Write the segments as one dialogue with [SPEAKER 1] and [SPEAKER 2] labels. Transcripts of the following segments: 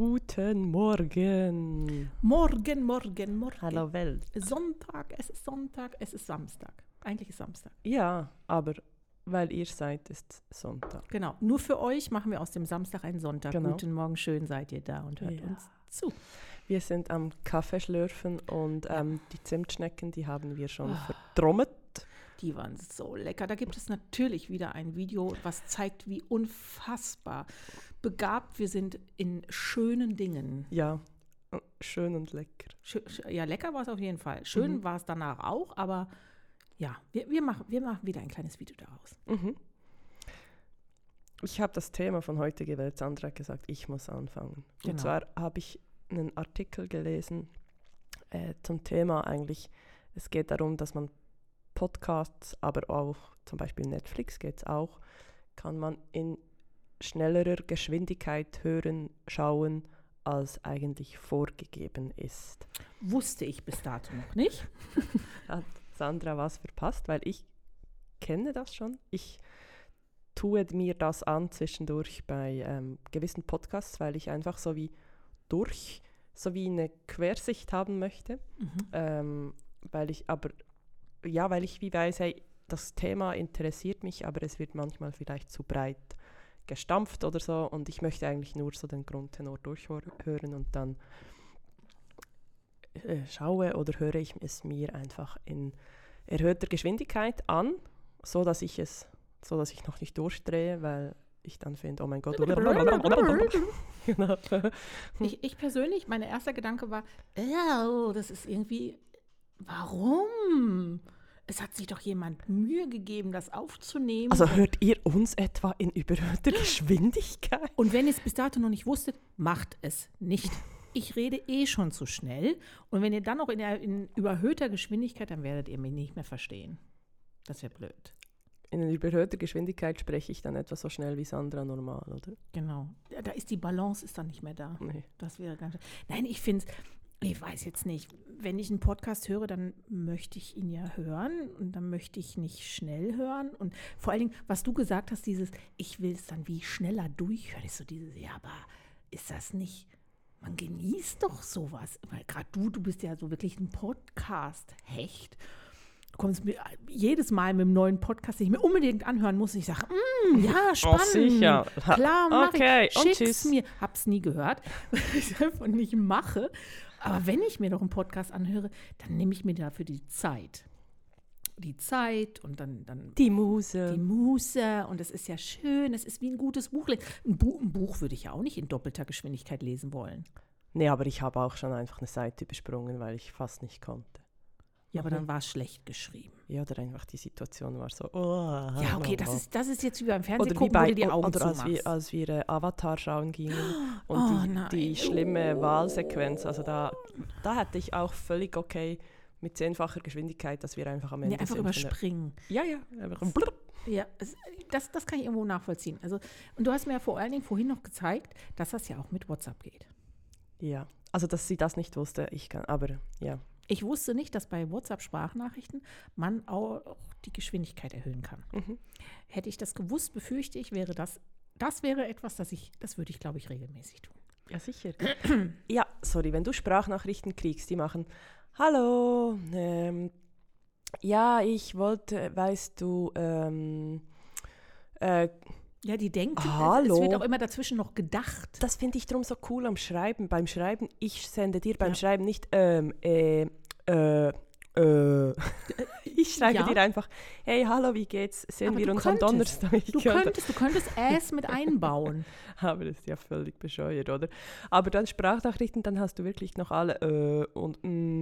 [SPEAKER 1] Guten Morgen.
[SPEAKER 2] Morgen.
[SPEAKER 1] Hallo Welt.
[SPEAKER 2] Sonntag, es ist Sonntag, es ist Samstag. Eigentlich ist Samstag.
[SPEAKER 1] Ja, aber weil ihr seid, ist Sonntag.
[SPEAKER 2] Genau, nur für euch machen wir aus dem Samstag einen Sonntag.
[SPEAKER 1] Genau.
[SPEAKER 2] Guten Morgen, schön seid ihr da und hört uns zu.
[SPEAKER 1] Wir sind am Kaffee schlürfen und die Zimtschnecken, die haben wir schon vertrommelt.
[SPEAKER 2] Die waren so lecker. Da gibt es natürlich wieder ein Video, was zeigt, wie unfassbar begabt wir sind in schönen Dingen.
[SPEAKER 1] Ja, schön und lecker.
[SPEAKER 2] Ja, lecker war es auf jeden Fall. Schön war es danach auch, aber ja, wir machen wieder ein kleines Video daraus.
[SPEAKER 1] Mhm. Ich habe das Thema von heute gewählt. Sandra hat gesagt, ich muss anfangen.
[SPEAKER 2] Genau.
[SPEAKER 1] Und zwar habe ich einen Artikel gelesen zum Thema eigentlich, es geht darum, dass man Podcasts, aber auch zum Beispiel Netflix geht es auch, kann man in schnellerer Geschwindigkeit hören, schauen, als eigentlich vorgegeben ist.
[SPEAKER 2] Wusste ich bis dato noch nicht.
[SPEAKER 1] Hat Sandra was verpasst, weil ich kenne das schon. Ich tue mir das an zwischendurch bei gewissen Podcasts, weil ich einfach so wie eine Quersicht haben möchte, weil ich wie weiß, hey, das Thema interessiert mich, aber es wird manchmal vielleicht zu breit gestampft oder so und ich möchte eigentlich nur so den Grundtenor durchhören und dann schaue oder höre ich es mir einfach in erhöhter Geschwindigkeit an, so dass ich noch nicht durchdrehe, weil ich dann finde, oh mein Gott. Genau.
[SPEAKER 2] Ich persönlich, mein erster Gedanke war, das ist irgendwie, warum? Es hat sich doch jemand Mühe gegeben, das aufzunehmen.
[SPEAKER 1] Also hört ihr uns etwa in überhöhter Geschwindigkeit?
[SPEAKER 2] Und wenn ihr es bis dato noch nicht wusstet, macht es nicht. Ich rede schon zu schnell. Und wenn ihr dann noch in überhöhter Geschwindigkeit, dann werdet ihr mich nicht mehr verstehen. Das wäre blöd.
[SPEAKER 1] In überhöhter Geschwindigkeit spreche ich dann etwa so schnell wie Sandra normal, oder?
[SPEAKER 2] Genau. Da ist die Balance ist dann nicht mehr da.
[SPEAKER 1] Nee.
[SPEAKER 2] Das wäre ganz. Nein, ich weiß jetzt nicht. Wenn ich einen Podcast höre, dann möchte ich ihn ja hören und dann möchte ich nicht schnell hören. Und vor allen Dingen, was du gesagt hast, ich will es dann wie schneller durchhören, ist so aber ist das nicht, man genießt doch sowas. Weil gerade du bist ja so wirklich ein Podcast-Hecht. Du kommst mir jedes Mal mit einem neuen Podcast, den ich mir unbedingt anhören muss. Ich sage, ja, spannend.
[SPEAKER 1] Oh, sicher.
[SPEAKER 2] Klar, mach
[SPEAKER 1] okay,
[SPEAKER 2] ich.
[SPEAKER 1] und
[SPEAKER 2] Schick's
[SPEAKER 1] tschüss.
[SPEAKER 2] mir. Hab's nie gehört, weil ich es einfach nicht mache. Aber wenn ich mir noch einen Podcast anhöre, dann nehme ich mir dafür die Zeit. Die Zeit und dann
[SPEAKER 1] die Muse.
[SPEAKER 2] Und es ist ja schön, es ist wie ein gutes Buch. Ein Buch würde ich ja auch nicht in doppelter Geschwindigkeit lesen wollen.
[SPEAKER 1] Nee, aber ich habe auch schon einfach eine Seite übersprungen, weil ich fast nicht konnte.
[SPEAKER 2] Ja, aber dann war es schlecht geschrieben.
[SPEAKER 1] Ja, oder einfach die Situation war so,
[SPEAKER 2] ja, okay, das ist jetzt wie beim Fernsehen
[SPEAKER 1] oder
[SPEAKER 2] gucken, wo du die Augen
[SPEAKER 1] oder
[SPEAKER 2] zumachst.
[SPEAKER 1] als wir Avatar schauen gingen und die schlimme Wahlsequenz, also da hatte ich auch völlig okay mit 10-facher Geschwindigkeit, dass wir einfach am Ende
[SPEAKER 2] einfach überspringen.
[SPEAKER 1] Ja.
[SPEAKER 2] Ja, das kann ich irgendwo nachvollziehen. Also, und du hast mir ja vor allen Dingen vorhin noch gezeigt, dass das ja auch mit WhatsApp geht.
[SPEAKER 1] Ja, also dass sie das nicht wusste, aber ja.
[SPEAKER 2] Ich wusste nicht, dass bei WhatsApp-Sprachnachrichten man auch die Geschwindigkeit erhöhen kann. Hätte ich das gewusst, befürchte ich, wäre das wäre etwas, das würde ich, glaube ich, regelmäßig tun.
[SPEAKER 1] Ja, sicher. Ja, sorry, wenn du Sprachnachrichten kriegst, die machen, hallo, ja, ich wollte, weißt du,
[SPEAKER 2] ja, die denkt,
[SPEAKER 1] hallo.
[SPEAKER 2] Es wird auch immer dazwischen noch gedacht.
[SPEAKER 1] Das finde ich drum so cool am Schreiben. Beim Schreiben, ich sende dir beim Schreiben nicht ich schreibe dir einfach, hey, hallo, wie geht's? Sehen wir uns am Donnerstag?
[SPEAKER 2] Du könntest es mit einbauen.
[SPEAKER 1] Aber das ist ja völlig bescheuert, oder? Aber dann Sprachnachrichten, dann hast du wirklich noch alle und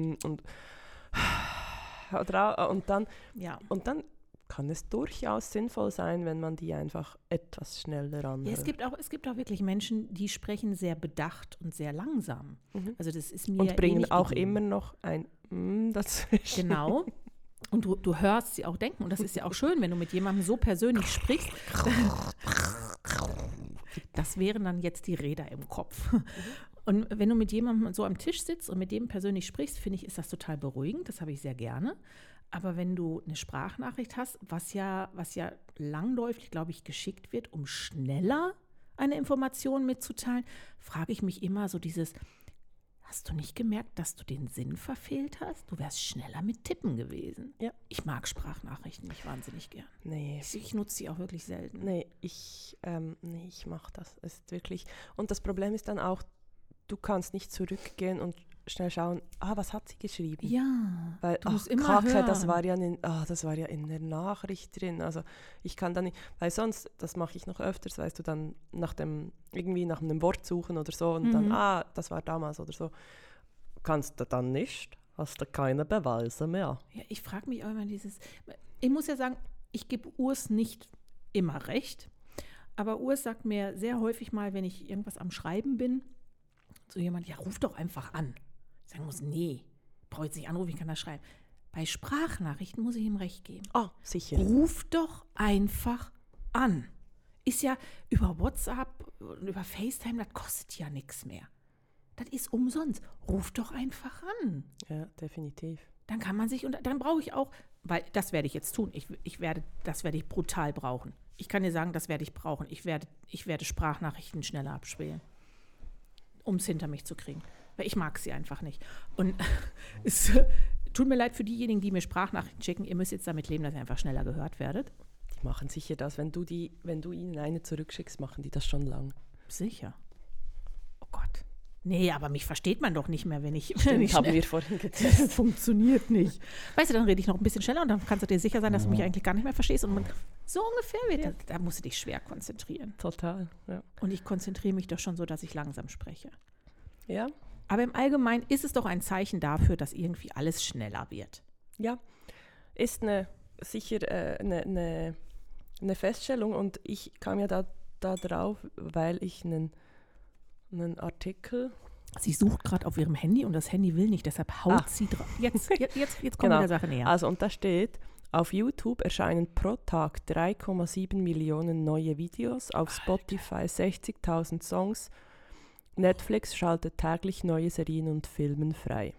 [SPEAKER 1] dann kann es durchaus sinnvoll sein, wenn man die einfach etwas schneller anhört.
[SPEAKER 2] Ja, es gibt auch wirklich Menschen, die sprechen sehr bedacht und sehr langsam. Also das ist mir
[SPEAKER 1] und bringen
[SPEAKER 2] nicht
[SPEAKER 1] auch
[SPEAKER 2] gegeben.
[SPEAKER 1] immer noch ein dazwischen.
[SPEAKER 2] Genau. Und du hörst sie auch denken. Und das ist ja auch schön, wenn du mit jemandem so persönlich sprichst. Das wären dann jetzt die Räder im Kopf. Und wenn du mit jemandem so am Tisch sitzt und mit dem persönlich sprichst, finde ich, ist das total beruhigend. Das habe ich sehr gerne. Aber wenn du eine Sprachnachricht hast, was ja langläufig, glaube ich, geschickt wird, um schneller eine Information mitzuteilen, frage ich mich immer so hast du nicht gemerkt, dass du den Sinn verfehlt hast? Du wärst schneller mit Tippen gewesen.
[SPEAKER 1] Ja.
[SPEAKER 2] Ich mag Sprachnachrichten nicht wahnsinnig gern.
[SPEAKER 1] Nee.
[SPEAKER 2] Ich nutze sie auch wirklich selten.
[SPEAKER 1] Nee, ich mache das. Es ist wirklich. Und das Problem ist dann auch, du kannst nicht zurückgehen und schnell schauen, was hat sie geschrieben?
[SPEAKER 2] Ja,
[SPEAKER 1] weil,
[SPEAKER 2] du musst immer hören.
[SPEAKER 1] Das war ja in der Nachricht drin. Also ich kann dann nicht, weil sonst, das mache ich noch öfters, weißt du, dann nach einem Wort suchen oder so und dann, das war damals oder so. Kannst du dann nicht, hast du keine Beweise mehr.
[SPEAKER 2] Ja, ich frage mich auch immer ich muss ja sagen, ich gebe Urs nicht immer recht, aber Urs sagt mir sehr häufig mal, wenn ich irgendwas am Schreiben bin, so jemand, ja, ruf doch einfach an. Ich sagen muss, nee, brauche jetzt nicht anrufen, ich kann das schreiben. Bei Sprachnachrichten muss ich ihm recht geben.
[SPEAKER 1] Sicher.
[SPEAKER 2] Ruf doch einfach an. Ist ja über WhatsApp und über FaceTime, das kostet ja nichts mehr. Das ist umsonst. Ruf doch einfach an.
[SPEAKER 1] Ja, definitiv.
[SPEAKER 2] Dann kann man sich, und dann brauche ich auch, weil das werde ich jetzt tun, das werde ich brutal brauchen. Ich kann dir sagen, das werde ich brauchen. Ich werde Sprachnachrichten schneller abspielen, um es hinter mich zu kriegen. Weil ich mag sie einfach nicht. Und es tut mir leid für diejenigen, die mir Sprachnachrichten schicken. Ihr müsst jetzt damit leben, dass ihr einfach schneller gehört werdet.
[SPEAKER 1] Die machen sicher das. Wenn du ihnen eine zurückschickst, machen die das schon lang.
[SPEAKER 2] Sicher. Oh Gott. Nee, aber mich versteht man doch nicht mehr, wenn ich
[SPEAKER 1] haben wir vorhin getestet.
[SPEAKER 2] Das funktioniert nicht. Weißt du, dann rede ich noch ein bisschen schneller und dann kannst du dir sicher sein, dass du mich eigentlich gar nicht mehr verstehst. Und so ungefähr wird das. Da musst du dich schwer konzentrieren.
[SPEAKER 1] Total, ja.
[SPEAKER 2] Und ich konzentriere mich doch schon so, dass ich langsam spreche.
[SPEAKER 1] Ja.
[SPEAKER 2] Aber im Allgemeinen ist es doch ein Zeichen dafür, dass irgendwie alles schneller wird.
[SPEAKER 1] Ja, ist sicher eine Feststellung und ich kam ja da drauf, weil ich einen Artikel...
[SPEAKER 2] Sie sucht gerade auf ihrem Handy und das Handy will nicht, deshalb haut sie drauf. Jetzt kommen wir der Sache näher.
[SPEAKER 1] Also und da steht, auf YouTube erscheinen pro Tag 3,7 Millionen neue Videos, auf Spotify 60.000 Songs. Netflix schaltet täglich neue Serien und Filme frei.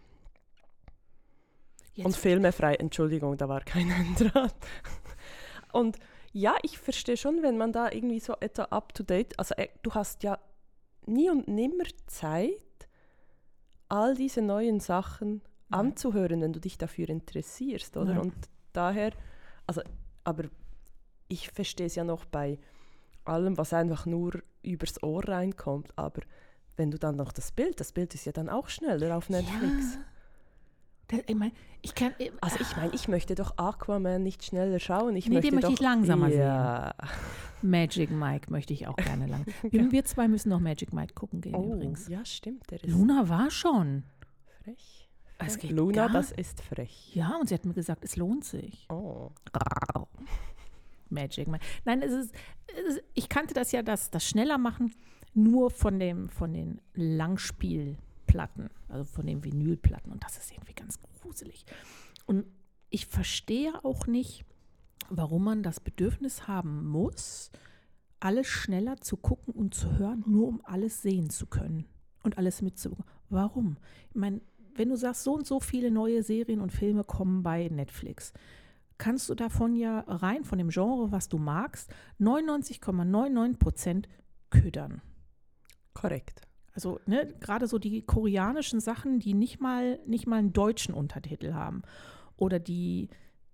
[SPEAKER 1] Und Filme frei, Entschuldigung, da war kein dran. Und ja, ich verstehe schon, wenn man da irgendwie so etwa up-to-date, also du hast ja nie und nimmer Zeit, all diese neuen Sachen anzuhören, wenn du dich dafür interessierst, oder?
[SPEAKER 2] Ja.
[SPEAKER 1] Und daher, aber ich verstehe es ja noch bei allem, was einfach nur übers Ohr reinkommt, aber wenn du dann noch das Bild ist ja dann auch schneller auf Netflix.
[SPEAKER 2] Ja.
[SPEAKER 1] Ich möchte doch Aquaman nicht schneller schauen.
[SPEAKER 2] Den möchte ich langsamer
[SPEAKER 1] sehen.
[SPEAKER 2] Magic Mike möchte ich auch gerne lang. Wir zwei müssen noch Magic Mike gucken gehen übrigens.
[SPEAKER 1] Ja, stimmt.
[SPEAKER 2] Luna war schon.
[SPEAKER 1] Frech.
[SPEAKER 2] Es geht
[SPEAKER 1] Luna, das ist frech.
[SPEAKER 2] Ja, und sie hat mir gesagt, es lohnt sich.
[SPEAKER 1] Oh.
[SPEAKER 2] Magic Mike. Nein, ich kannte das ja, das schneller machen, nur von den Langspielplatten, also von den Vinylplatten. Und das ist irgendwie ganz gruselig. Und ich verstehe auch nicht, warum man das Bedürfnis haben muss, alles schneller zu gucken und zu hören, nur um alles sehen zu können und alles mitzubekommen. Warum? Ich meine, wenn du sagst, so und so viele neue Serien und Filme kommen bei Netflix, kannst du davon ja rein von dem Genre, was du magst, 99,99% ködern.
[SPEAKER 1] Korrekt.
[SPEAKER 2] Also gerade so die koreanischen Sachen, die nicht mal einen deutschen Untertitel haben. Oder die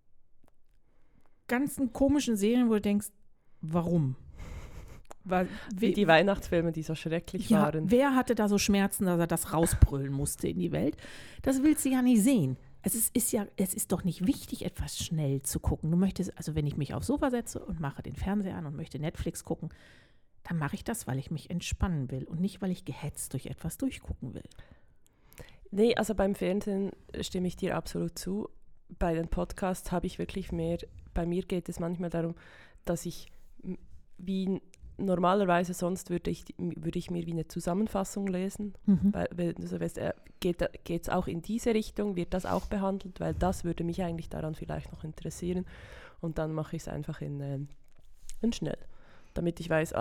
[SPEAKER 2] ganzen komischen Serien, wo du denkst, warum?
[SPEAKER 1] Die Weihnachtsfilme, die so schrecklich waren.
[SPEAKER 2] Wer hatte da so Schmerzen, dass er das rausbrüllen musste in die Welt? Das willst du ja nicht sehen. Es ist doch nicht wichtig, etwas schnell zu gucken. Du möchtest, also wenn ich mich aufs Sofa setze und mache den Fernseher an und möchte Netflix gucken, dann mache ich das, weil ich mich entspannen will und nicht, weil ich gehetzt durch etwas durchgucken will.
[SPEAKER 1] Nee, also beim Fernsehen stimme ich dir absolut zu. Bei den Podcasts habe ich wirklich mehr, bei mir geht es manchmal darum, dass ich wie normalerweise sonst würde ich mir wie eine Zusammenfassung lesen, weil du so weißt, geht es auch in diese Richtung, wird das auch behandelt, weil das würde mich eigentlich daran vielleicht noch interessieren und dann mache ich es einfach in schnell, damit ich weiß,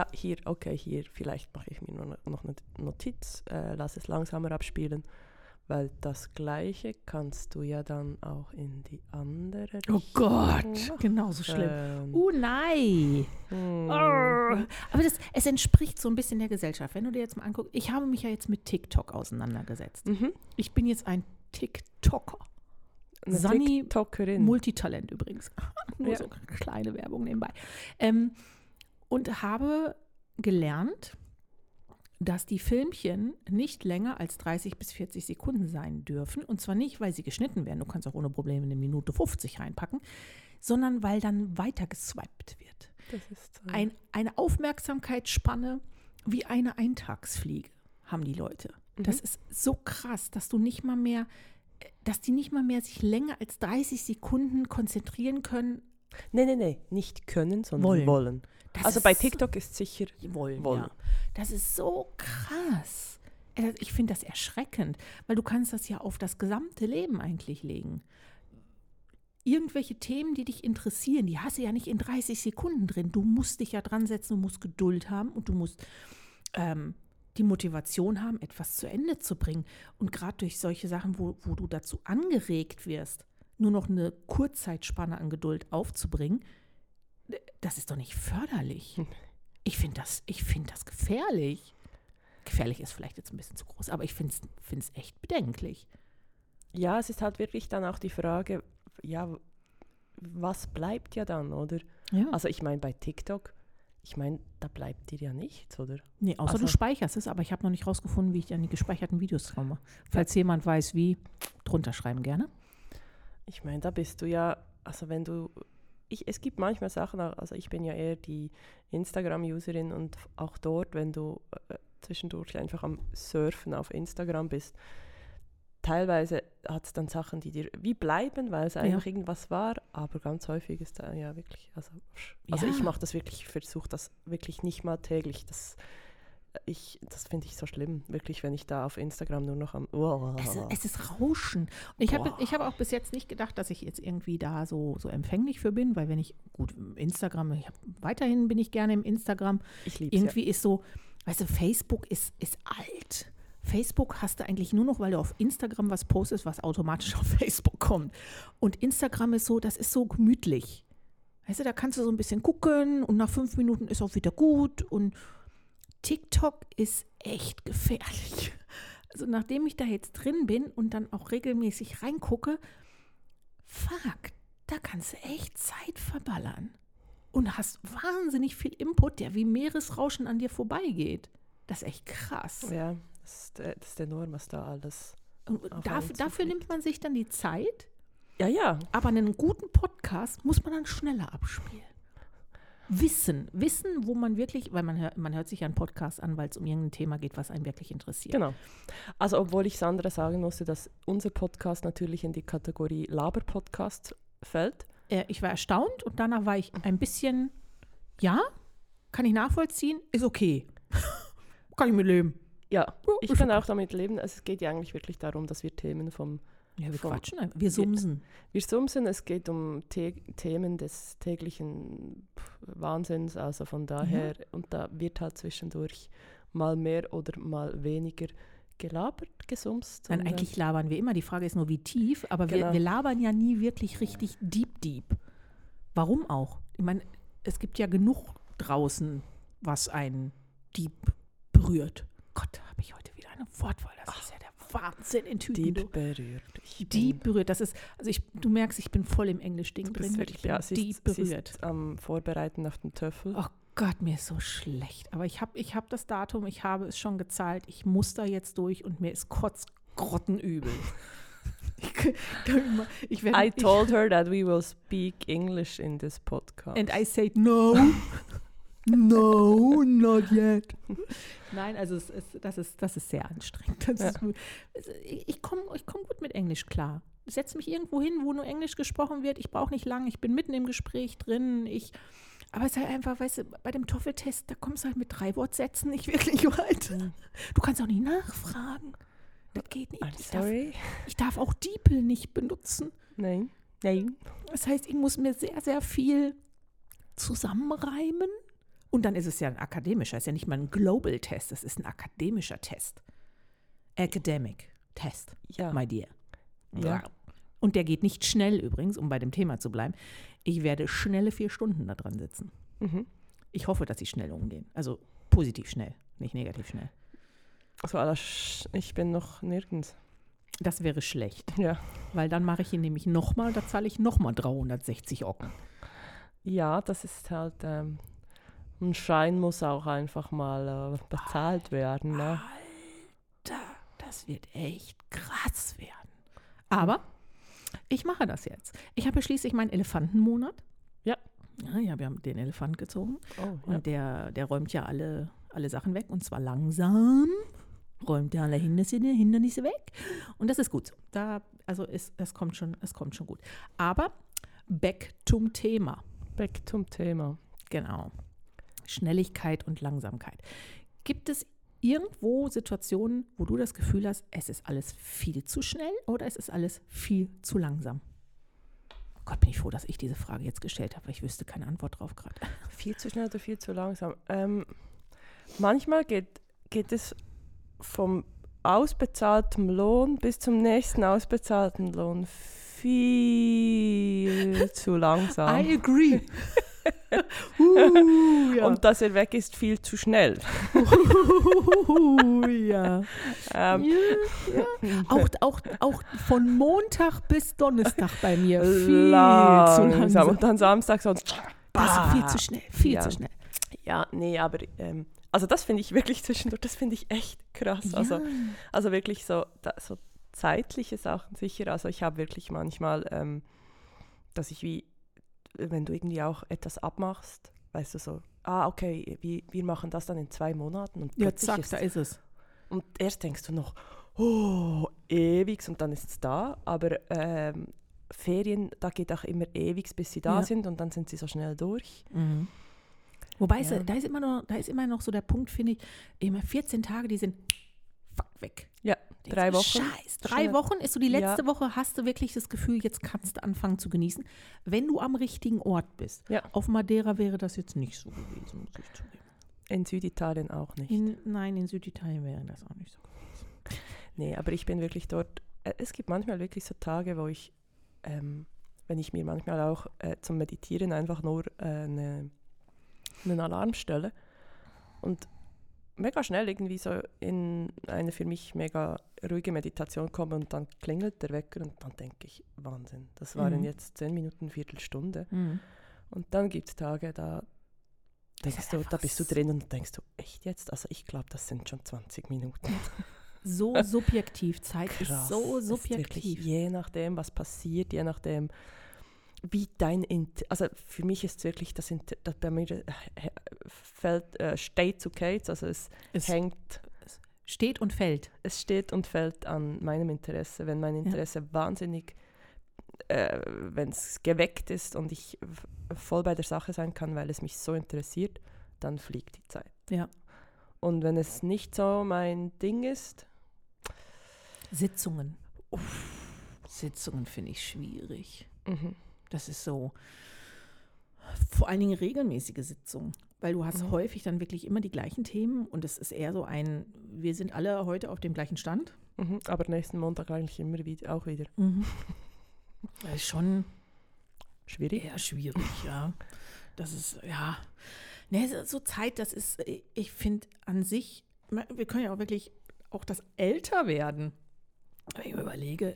[SPEAKER 1] hier, vielleicht mache ich mir noch eine Notiz, lasse es langsamer abspielen, weil das Gleiche kannst du ja dann auch in die andere
[SPEAKER 2] Oh
[SPEAKER 1] Richtung
[SPEAKER 2] Gott,
[SPEAKER 1] machen.
[SPEAKER 2] genauso schlimm. Nein.
[SPEAKER 1] Hm.
[SPEAKER 2] Aber es entspricht so ein bisschen der Gesellschaft. Wenn du dir jetzt mal anguckst, ich habe mich ja jetzt mit TikTok auseinandergesetzt.
[SPEAKER 1] Mhm.
[SPEAKER 2] Ich bin jetzt ein TikToker.
[SPEAKER 1] Eine
[SPEAKER 2] Sunny
[SPEAKER 1] TikTokerin.
[SPEAKER 2] Multitalent übrigens. Nur
[SPEAKER 1] Ja.
[SPEAKER 2] so kleine Werbung nebenbei. Und habe gelernt, dass die Filmchen nicht länger als 30 bis 40 Sekunden sein dürfen. Und zwar nicht, weil sie geschnitten werden. Du kannst auch ohne Probleme eine Minute 50 reinpacken, sondern weil dann weiter geswiped wird.
[SPEAKER 1] Das ist so.
[SPEAKER 2] Eine Aufmerksamkeitsspanne wie eine Eintagsfliege haben die Leute. Das ist so krass, dass die nicht mal mehr sich länger als 30 Sekunden konzentrieren können.
[SPEAKER 1] Nee, nicht können, sondern wollen.
[SPEAKER 2] Das
[SPEAKER 1] Also
[SPEAKER 2] ist
[SPEAKER 1] bei TikTok ist sicher
[SPEAKER 2] wollen.
[SPEAKER 1] wollen.
[SPEAKER 2] Ja. Das ist so krass. Ich finde das erschreckend, weil du kannst das ja auf das gesamte Leben eigentlich legen. Irgendwelche Themen, die dich interessieren, die hast du ja nicht in 30 Sekunden drin. Du musst dich ja dran setzen, du musst Geduld haben und du musst die Motivation haben, etwas zu Ende zu bringen. Und gerade durch solche Sachen, wo du dazu angeregt wirst, nur noch eine Kurzzeitspanne an Geduld aufzubringen, das ist doch nicht förderlich. Ich finde das gefährlich. Gefährlich ist vielleicht jetzt ein bisschen zu groß, aber ich finde es echt bedenklich.
[SPEAKER 1] Ja, es ist halt wirklich dann auch die Frage, ja, was bleibt ja dann, oder?
[SPEAKER 2] Ja.
[SPEAKER 1] Also ich meine, bei TikTok, da bleibt dir ja nichts, oder?
[SPEAKER 2] Nee, außer
[SPEAKER 1] also
[SPEAKER 2] du speicherst es, aber ich habe noch nicht rausgefunden, wie ich an die gespeicherten Videos komme. Falls jemand weiß, wie, drunter schreiben gerne.
[SPEAKER 1] Ich meine, da bist du ja, also wenn du, es gibt manchmal Sachen, also ich bin ja eher die Instagram-Userin und auch dort, wenn du zwischendurch einfach am Surfen auf Instagram bist, teilweise hat es dann Sachen, die dir wie bleiben, weil es einfach irgendwas war, aber ganz häufig ist da ja wirklich, also ich mache das wirklich, ich versuche das wirklich nicht mal täglich, das finde ich so schlimm, wirklich, wenn ich da auf Instagram nur noch am
[SPEAKER 2] Es ist Rauschen. Und ich habe auch bis jetzt nicht gedacht, dass ich jetzt irgendwie da so empfänglich für bin, weil Instagram, weiterhin bin ich gerne im Instagram.
[SPEAKER 1] Ich liebe es.
[SPEAKER 2] Irgendwie ist so, weißt du, Facebook ist alt. Facebook hast du eigentlich nur noch, weil du auf Instagram was postest, was automatisch auf Facebook kommt. Und Instagram ist so, das ist so gemütlich. Weißt du, da kannst du so ein bisschen gucken und nach 5 Minuten ist auch wieder gut. Und TikTok ist echt gefährlich. Also nachdem ich da jetzt drin bin und dann auch regelmäßig reingucke, da kannst du echt Zeit verballern. Und hast wahnsinnig viel Input, der wie Meeresrauschen an dir vorbeigeht. Das ist echt krass.
[SPEAKER 1] Ja, das ist enorm, was da alles.
[SPEAKER 2] Und dafür nimmt man sich dann die Zeit.
[SPEAKER 1] Ja.
[SPEAKER 2] Aber einen guten Podcast muss man dann schneller abspielen. Wissen, wo man wirklich, weil man hört sich ja einen Podcast an, weil es um irgendein Thema geht, was einen wirklich interessiert.
[SPEAKER 1] Genau. Also obwohl ich Sandra sagen musste, dass unser Podcast natürlich in die Kategorie Laber-Podcast fällt.
[SPEAKER 2] Ich war erstaunt und danach war ich ein bisschen, ja, kann ich nachvollziehen, ist okay. Kann ich mit leben.
[SPEAKER 1] Ja, ich kann auch damit leben. Es geht ja eigentlich wirklich darum, dass wir Themen
[SPEAKER 2] wir quatschen einfach. Wir sumsen.
[SPEAKER 1] Wir sumsen, es geht um Themen des täglichen Wahnsinns, also von daher, und da wird halt zwischendurch mal mehr oder mal weniger gelabert, gesumst.
[SPEAKER 2] Nein, eigentlich labern wir immer. Die Frage ist nur, wie tief, aber wir labern ja nie wirklich richtig deep. Warum auch? Ich meine, es gibt ja genug draußen, was einen deep berührt. Gott, habe ich heute wieder eine Wortwahl. Das ist ja der Wahnsinn in Tüten.
[SPEAKER 1] Deep berührt.
[SPEAKER 2] Deep berührt. Das ist, also du merkst, ich bin voll im Englisch-Ding drin.
[SPEAKER 1] Wirklich,
[SPEAKER 2] ich bin deep berührt.
[SPEAKER 1] Sie ist am Vorbereiten auf den Töffel.
[SPEAKER 2] Oh Gott, mir ist so schlecht. Aber ich hab das Datum, ich habe es schon gezahlt. Ich muss da jetzt durch und mir ist kotzgrottenübel.
[SPEAKER 1] I told her that we will speak English in this podcast.
[SPEAKER 2] And I said no. No, not yet. Nein, also das ist sehr anstrengend. Ich komme gut mit Englisch klar. Ich setze mich irgendwo hin, wo nur Englisch gesprochen wird. Ich brauche nicht lang, ich bin mitten im Gespräch drin. Aber es ist halt einfach, weißt du, bei dem TOEFL-Test, da kommst du halt mit 3 Wortsätzen nicht wirklich weiter. Du kannst auch nicht nachfragen. Das geht nicht.
[SPEAKER 1] I'm sorry.
[SPEAKER 2] Ich darf auch DeepL nicht benutzen.
[SPEAKER 1] Nein.
[SPEAKER 2] Das heißt, ich muss mir sehr, sehr viel zusammenreimen. Und dann ist es ja ein akademischer, ist ja nicht mal ein Global-Test, es ist ein akademischer Test. Academic. Test,
[SPEAKER 1] Ja.
[SPEAKER 2] my dear.
[SPEAKER 1] Ja.
[SPEAKER 2] Und der geht nicht schnell übrigens, um bei dem Thema zu bleiben. Ich werde schnelle 4 Stunden da dran sitzen.
[SPEAKER 1] Mhm.
[SPEAKER 2] Ich hoffe, dass sie schnell umgehen. Also positiv schnell, nicht negativ schnell.
[SPEAKER 1] So, ich bin noch nirgends.
[SPEAKER 2] Das wäre schlecht,
[SPEAKER 1] Ja.
[SPEAKER 2] weil dann mache ich ihn nämlich nochmal, da zahle ich nochmal 360 Ocken.
[SPEAKER 1] Ja, das ist halt, ein Schein muss auch einfach mal bezahlt werden. Ne?
[SPEAKER 2] Alter, das wird echt krass werden. Aber ich mache das jetzt. Ich habe schließlich meinen Elefantenmonat.
[SPEAKER 1] Ja.
[SPEAKER 2] Ja, ich habe ja den Elefant gezogen.
[SPEAKER 1] Oh, ja.
[SPEAKER 2] Und der räumt ja alle Sachen weg. Und zwar langsam. Räumt er alle Hindernisse weg. Und das ist gut so. Es kommt schon gut. Aber back zum Thema.
[SPEAKER 1] Back zum Thema.
[SPEAKER 2] Genau. Schnelligkeit und Langsamkeit. Gibt es irgendwo Situationen, wo du das Gefühl hast, es ist alles viel zu schnell oder es ist alles viel zu langsam? Oh Gott, bin ich froh, dass ich diese Frage jetzt gestellt habe, weil ich wüsste keine Antwort drauf gerade.
[SPEAKER 1] Viel zu schnell oder viel zu langsam? Manchmal geht es vom ausbezahlten Lohn bis zum nächsten ausbezahlten Lohn viel zu langsam.
[SPEAKER 2] I agree. Ja.
[SPEAKER 1] Und dass er weg ist, viel zu schnell.
[SPEAKER 2] Ja.
[SPEAKER 1] Ja.
[SPEAKER 2] Auch von Montag bis Donnerstag bei mir viel zu langsam.
[SPEAKER 1] Und dann Samstag so.
[SPEAKER 2] Das ist viel zu schnell, viel zu schnell.
[SPEAKER 1] Ja, nee, aber also das finde ich wirklich zwischendurch, das finde ich echt krass.
[SPEAKER 2] Ja.
[SPEAKER 1] Also wirklich so zeitliche Sachen sicher. Also ich habe wirklich manchmal, dass ich wenn du irgendwie auch etwas abmachst, weißt du so, okay, wir machen das dann in 2 Monaten. Und
[SPEAKER 2] Ja, zack, da ist es.
[SPEAKER 1] Und erst denkst du noch, ewig, und dann ist es da. Aber Ferien, da geht auch immer ewig, bis sie da sind und dann sind sie so schnell durch.
[SPEAKER 2] Mhm. Wobei da ist immer noch so der Punkt, finde ich, immer 14 Tage, die sind weg.
[SPEAKER 1] Ja, 3 Wochen.
[SPEAKER 2] Scheiß, 3 Wochen ist so die letzte Woche, hast du wirklich das Gefühl, jetzt kannst du anfangen zu genießen, wenn du am richtigen Ort bist.
[SPEAKER 1] Ja.
[SPEAKER 2] Auf Madeira wäre das jetzt nicht so gewesen, muss ich zugeben.
[SPEAKER 1] In Süditalien auch nicht.
[SPEAKER 2] In Süditalien wäre das auch nicht so gewesen.
[SPEAKER 1] Nee, aber ich bin wirklich dort. Es gibt manchmal wirklich so Tage, wo ich, wenn ich mir manchmal auch zum Meditieren einfach nur einen Alarm stelle und mega schnell irgendwie so in eine für mich mega ruhige Meditation komme und dann klingelt der Wecker und dann denke ich, Wahnsinn, das waren jetzt 10 Minuten, Viertelstunde.
[SPEAKER 2] Mhm.
[SPEAKER 1] Und dann gibt es Tage, da bist du drin und denkst du, echt jetzt? Also ich glaube, das sind schon 20 Minuten.
[SPEAKER 2] So subjektiv, Zeit
[SPEAKER 1] Krass,
[SPEAKER 2] ist so
[SPEAKER 1] ist
[SPEAKER 2] subjektiv.
[SPEAKER 1] wirklich, je nachdem, was passiert, je nachdem, wie also für mich ist es wirklich, das bei mir steht zu Kate, also es
[SPEAKER 2] steht und fällt.
[SPEAKER 1] Es steht und fällt an meinem Interesse. Wenn mein Interesse wahnsinnig, wenn es geweckt ist und ich voll bei der Sache sein kann, weil es mich so interessiert, dann fliegt die Zeit.
[SPEAKER 2] Ja.
[SPEAKER 1] Und wenn es nicht so mein Ding ist,
[SPEAKER 2] Sitzungen. Sitzungen finde ich schwierig.
[SPEAKER 1] Mhm.
[SPEAKER 2] Das ist so, vor allen Dingen regelmäßige Sitzungen, weil du hast häufig dann wirklich immer die gleichen Themen und es ist eher so wir sind alle heute auf dem gleichen Stand.
[SPEAKER 1] Aber nächsten Montag eigentlich immer auch wieder.
[SPEAKER 2] Das ist schon
[SPEAKER 1] Schwierig?
[SPEAKER 2] eher schwierig, ja. Das ist, ja, so Zeit, das ist, ich finde an sich, wir können ja auch wirklich auch das Älterwerden. Wenn ich mir überlege,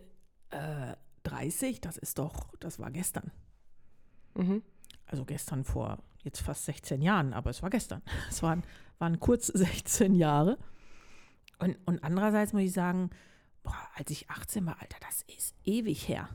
[SPEAKER 2] 30, das war gestern. Also gestern vor jetzt fast 16 Jahren, aber es war gestern. Es waren kurz 16 Jahre. Und andererseits muss ich sagen, als ich 18 war, Alter, das ist ewig her.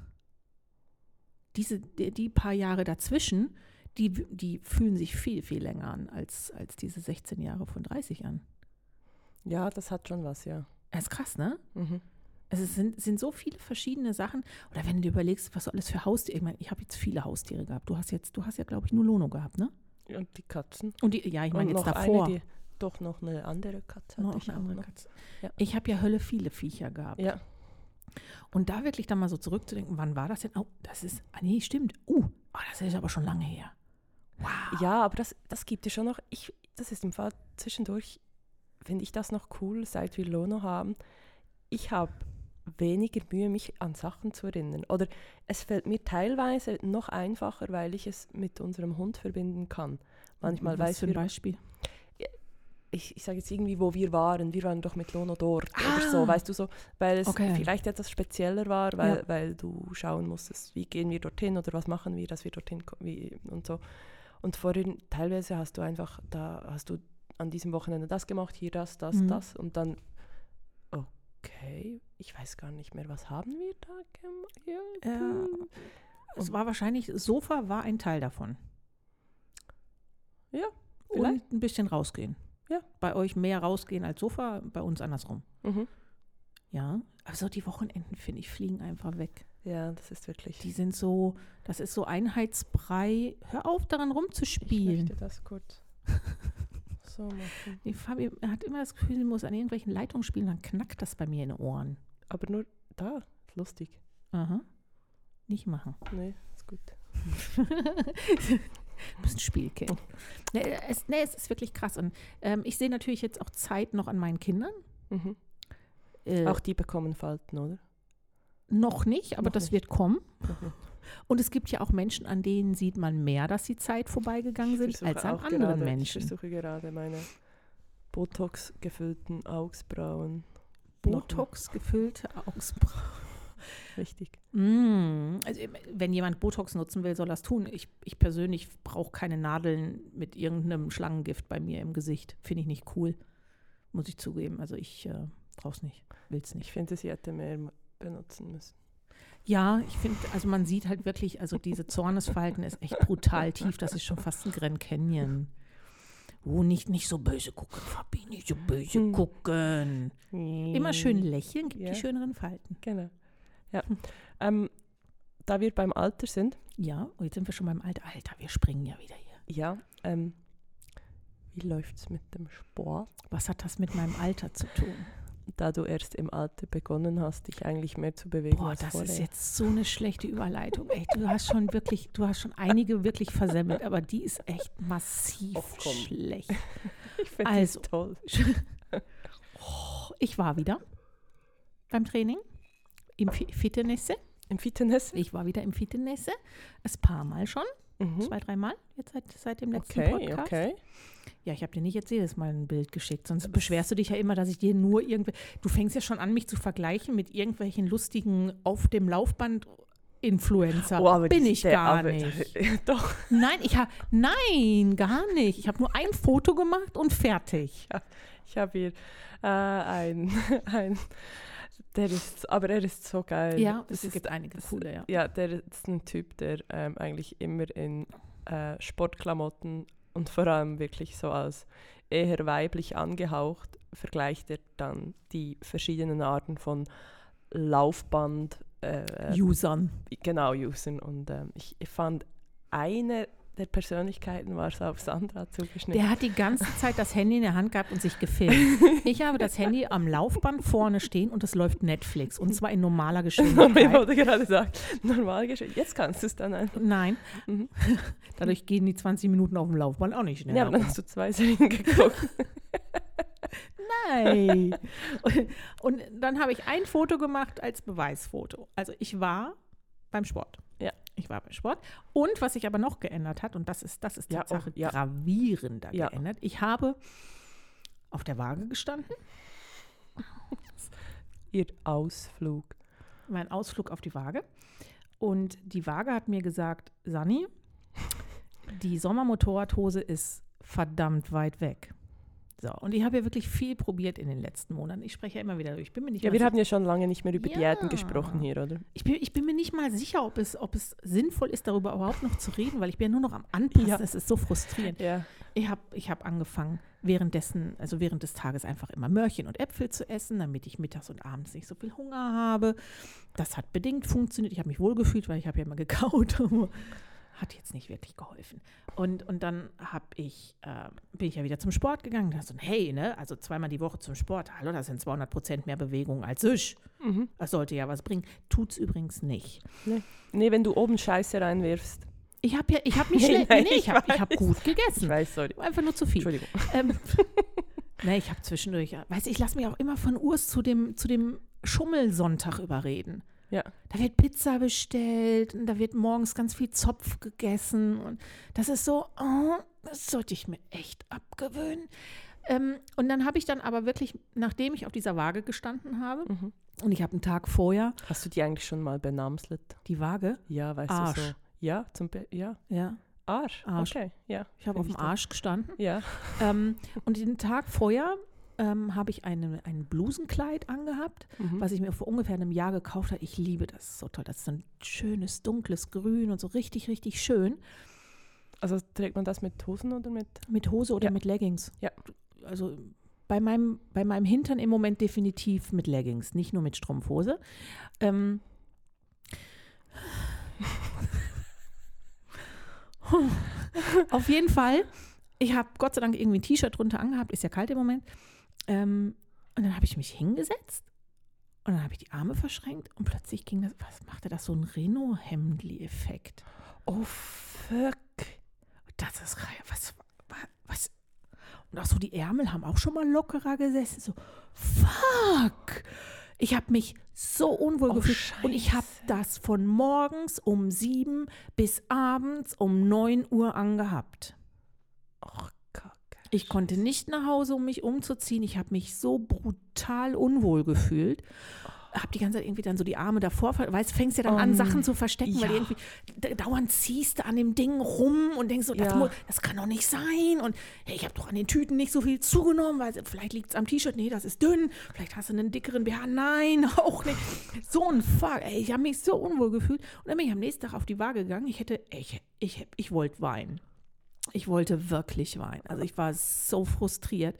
[SPEAKER 2] Die paar Jahre dazwischen, die fühlen sich viel, viel länger an als diese 16 Jahre von 30 an.
[SPEAKER 1] Ja, das hat schon was, ja.
[SPEAKER 2] Das ist krass, ne? Es sind so viele verschiedene Sachen. Oder wenn du dir überlegst, was du alles für Haustiere, ich meine, ich habe jetzt viele Haustiere gehabt. Du hast ja, glaube ich, nur Lono gehabt, ne?
[SPEAKER 1] Und die Katzen.
[SPEAKER 2] Und ich meine jetzt
[SPEAKER 1] noch
[SPEAKER 2] davor.
[SPEAKER 1] Noch eine andere Katze.
[SPEAKER 2] Noch eine andere Katze.
[SPEAKER 1] Ja.
[SPEAKER 2] Ich habe ja Hölle viele Viecher gehabt.
[SPEAKER 1] Ja.
[SPEAKER 2] Und da wirklich dann mal so zurückzudenken, wann war das denn? Oh, das ist, nee, stimmt. Das ist aber schon lange her. Wow.
[SPEAKER 1] Ja, aber das gibt es schon noch. Das ist im Fall zwischendurch, finde ich das noch cool, seit wir Lono haben. Ich habe weniger Mühe, mich an Sachen zu erinnern. Oder es fällt mir teilweise noch einfacher, weil ich es mit unserem Hund verbinden kann. Manchmal
[SPEAKER 2] Was für ein Beispiel?
[SPEAKER 1] Ich sage jetzt irgendwie, wo wir waren doch mit Lono dort oder so, weißt du so, weil es vielleicht etwas spezieller war, weil du schauen musstest, wie gehen wir dorthin oder was machen wir, dass wir dorthin kommen und so. Und vorhin, teilweise hast du an diesem Wochenende das gemacht, hier das und dann, okay, ich weiß gar nicht mehr, was haben wir da gemacht?
[SPEAKER 2] Es war wahrscheinlich, Sofa war ein Teil davon.
[SPEAKER 1] Ja, vielleicht.
[SPEAKER 2] Und ein bisschen rausgehen.
[SPEAKER 1] Ja.
[SPEAKER 2] Bei euch mehr rausgehen als Sofa, bei uns andersrum.
[SPEAKER 1] Mhm.
[SPEAKER 2] Ja, also die Wochenenden, finde ich, fliegen einfach weg.
[SPEAKER 1] Ja, das ist wirklich...
[SPEAKER 2] Die sind so, das ist so Einheitsbrei. Hör auf, daran rumzuspielen.
[SPEAKER 1] Ich möchte das kurz so machen.
[SPEAKER 2] Die Fabi hat immer das Gefühl, sie muss an irgendwelchen Leitungen spielen, dann knackt das bei mir in den Ohren.
[SPEAKER 1] Aber nur da, lustig.
[SPEAKER 2] Aha. Nicht machen.
[SPEAKER 1] Nee, ist gut.
[SPEAKER 2] Du bist ein Spielkind. Es ist wirklich krass. Und ich sehe natürlich jetzt auch Zeit noch an meinen Kindern.
[SPEAKER 1] Mhm. Auch die bekommen Falten, oder?
[SPEAKER 2] Noch nicht, aber das wird kommen.
[SPEAKER 1] Mhm.
[SPEAKER 2] Und es gibt ja auch Menschen, an denen sieht man mehr, dass die Zeit vorbeigegangen sind, als an anderen Menschen.
[SPEAKER 1] Ich versuche gerade meine Botox-gefüllten Augsbrauen.
[SPEAKER 2] Botox-gefüllte Augsbrauen.
[SPEAKER 1] Richtig.
[SPEAKER 2] Also, wenn jemand Botox nutzen will, soll das tun. Ich persönlich brauche keine Nadeln mit irgendeinem Schlangengift bei mir im Gesicht. Finde ich nicht cool, muss ich zugeben. Also ich brauche es nicht, will es nicht.
[SPEAKER 1] Ich finde, sie hätte mehr benutzen müssen.
[SPEAKER 2] Ja, ich finde, also man sieht halt wirklich, also diese Zornesfalten ist echt brutal tief. Das ist schon fast ein Grand Canyon. Oh, nicht so böse gucken, Fabi, nicht so böse gucken. Immer schön lächeln, gibt die schöneren Falten.
[SPEAKER 1] Genau. Ja. Da wir beim Alter sind.
[SPEAKER 2] Ja, und jetzt sind wir schon beim Alter. Alter, wir springen ja wieder hier.
[SPEAKER 1] Ja, wie läuft es mit dem Sport?
[SPEAKER 2] Was hat das mit meinem Alter zu tun?
[SPEAKER 1] Da du erst im Alter begonnen hast, dich eigentlich mehr zu bewegen als vorher.
[SPEAKER 2] Das ist jetzt so eine schlechte Überleitung. Ey, du hast schon einige wirklich versemmelt, aber die ist echt massiv schlecht.
[SPEAKER 1] Ich finde das toll.
[SPEAKER 2] Ich war wieder beim Training. Im Fitness.
[SPEAKER 1] Im Fitness?
[SPEAKER 2] Ich war wieder im Fitness. Ein paar Mal schon. 2-3 Mal jetzt seit dem letzten Podcast.
[SPEAKER 1] Okay.
[SPEAKER 2] Ja, ich habe dir nicht jetzt jedes Mal ein Bild geschickt. Sonst beschwerst du dich ja immer, dass ich dir nur Du fängst ja schon an, mich zu vergleichen mit irgendwelchen lustigen auf dem Laufband Influencer.
[SPEAKER 1] Oh,
[SPEAKER 2] bin ich gar nicht.
[SPEAKER 1] Doch.
[SPEAKER 2] Nein, gar nicht. Ich habe nur ein Foto gemacht und fertig.
[SPEAKER 1] Ja, ich habe hier er ist so geil.
[SPEAKER 2] Ja, es gibt einige coole, ja.
[SPEAKER 1] Ja, der ist ein Typ, der eigentlich immer in Sportklamotten und vor allem wirklich so als eher weiblich angehaucht, vergleicht er dann die verschiedenen Arten von Laufband
[SPEAKER 2] Usern.
[SPEAKER 1] Genau, Usern. Und ich fand, eine der Persönlichkeiten war so auf Sandra zugeschnitten.
[SPEAKER 2] Der hat die ganze Zeit das Handy in der Hand gehabt und sich gefilmt. Ich habe das Handy am Laufband vorne stehen und es läuft Netflix. Und zwar in normaler Geschwindigkeit.
[SPEAKER 1] Ich wollte gerade sagen, normal Geschwindigkeit. Jetzt kannst du es dann einfach.
[SPEAKER 2] Nein. Dadurch gehen die 20 Minuten auf dem Laufband auch nicht schnell.
[SPEAKER 1] Ja, aber dann hast du 2 Serien geguckt.
[SPEAKER 2] Nein. Und dann habe ich ein Foto gemacht als Beweisfoto. Also ich war beim Sport.
[SPEAKER 1] Ja.
[SPEAKER 2] Ich war beim Sport. Und was sich aber noch geändert hat, und das ist Tatsache gravierender geändert, ich habe auf der Waage gestanden.
[SPEAKER 1] Ihr Ausflug.
[SPEAKER 2] Mein Ausflug auf die Waage. Und die Waage hat mir gesagt, Sanni, die Sommermotorradhose ist verdammt weit weg. So, und ich habe ja wirklich viel probiert in den letzten Monaten. Ich spreche ja immer wieder, ich bin mir nicht
[SPEAKER 1] wir haben ja schon lange nicht mehr über Diäten gesprochen hier, oder?
[SPEAKER 2] Ich bin mir nicht mal sicher, ob es sinnvoll ist, darüber überhaupt noch zu reden, weil ich bin ja nur noch am Anpassen. Ja. Das ist so frustrierend.
[SPEAKER 1] Ja.
[SPEAKER 2] Ich hab angefangen, während des Tages einfach immer Möhrchen und Äpfel zu essen, damit ich mittags und abends nicht so viel Hunger habe. Das hat bedingt funktioniert. Ich habe mich wohlgefühlt, weil ich habe ja immer gekaut. Hat jetzt nicht wirklich geholfen. Und dann bin ich ja wieder zum Sport gegangen. Da so, hey, ne, also 2-mal die Woche zum Sport. Hallo, das sind 200% mehr Bewegung als ich. Das sollte ja was bringen. Tut's übrigens nicht.
[SPEAKER 1] Nee, wenn du oben Scheiße reinwirfst.
[SPEAKER 2] Ich habe mich schlecht. Ich habe gut gegessen.
[SPEAKER 1] Ich weiß, sorry.
[SPEAKER 2] Einfach nur zu viel.
[SPEAKER 1] Entschuldigung.
[SPEAKER 2] Ich habe zwischendurch, ich lasse mich auch immer von Urs zu dem Schummelsonntag überreden.
[SPEAKER 1] Ja.
[SPEAKER 2] Da wird Pizza bestellt und da wird morgens ganz viel Zopf gegessen. Und das ist so, das sollte ich mir echt abgewöhnen. Und dann habe ich dann aber wirklich, nachdem ich auf dieser Waage gestanden habe, und ich habe einen Tag vorher.
[SPEAKER 1] Hast du die eigentlich schon mal benamselt?
[SPEAKER 2] Die Waage?
[SPEAKER 1] Ja, weißt
[SPEAKER 2] Arsch.
[SPEAKER 1] du so. Ja, ja.
[SPEAKER 2] Ja.
[SPEAKER 1] Arsch. Okay, ja.
[SPEAKER 2] Ich habe auf dem Arsch gestanden.
[SPEAKER 1] Ja.
[SPEAKER 2] Und den Tag vorher habe ich ein Blusenkleid angehabt, was ich mir vor ungefähr einem Jahr gekauft habe. Ich liebe das, so toll. Das ist so ein schönes, dunkles Grün und so richtig, richtig schön.
[SPEAKER 1] Also trägt man das mit Hosen oder mit?
[SPEAKER 2] Mit Hose oder mit Leggings?
[SPEAKER 1] Ja.
[SPEAKER 2] Also bei meinem Hintern im Moment definitiv mit Leggings, nicht nur mit Strumpfhose. Auf jeden Fall, ich habe Gott sei Dank irgendwie ein T-Shirt drunter angehabt, ist ja kalt im Moment. Und dann habe ich mich hingesetzt und dann habe ich die Arme verschränkt und plötzlich ging das, was machte das, so ein Reno-Hemdli-Effekt.
[SPEAKER 1] Oh, fuck.
[SPEAKER 2] Das ist, was? Und auch so die Ärmel haben auch schon mal lockerer gesessen. So, fuck! Ich habe mich so unwohl gefühlt.
[SPEAKER 1] Scheiße.
[SPEAKER 2] Und ich habe das von morgens um 7 bis abends um 9 Uhr angehabt.
[SPEAKER 1] Oh, Kacke.
[SPEAKER 2] Ich konnte nicht nach Hause, um mich umzuziehen. Ich habe mich so brutal unwohl gefühlt. Habe die ganze Zeit irgendwie dann so die Arme davor, weißt, fängst ja dann an, Sachen zu verstecken, weil du irgendwie dauernd ziehst du an dem Ding rum und denkst so, das kann doch nicht sein. Und hey, ich habe doch an den Tüten nicht so viel zugenommen, weil vielleicht liegt es am T-Shirt, nee, das ist dünn. Vielleicht hast du einen dickeren BH, nein, auch nicht. So ein Fuck, ey, ich habe mich so unwohl gefühlt. Und dann bin ich am nächsten Tag auf die Waage gegangen. Ich wollte weinen. Ich wollte wirklich weinen. Also ich war so frustriert.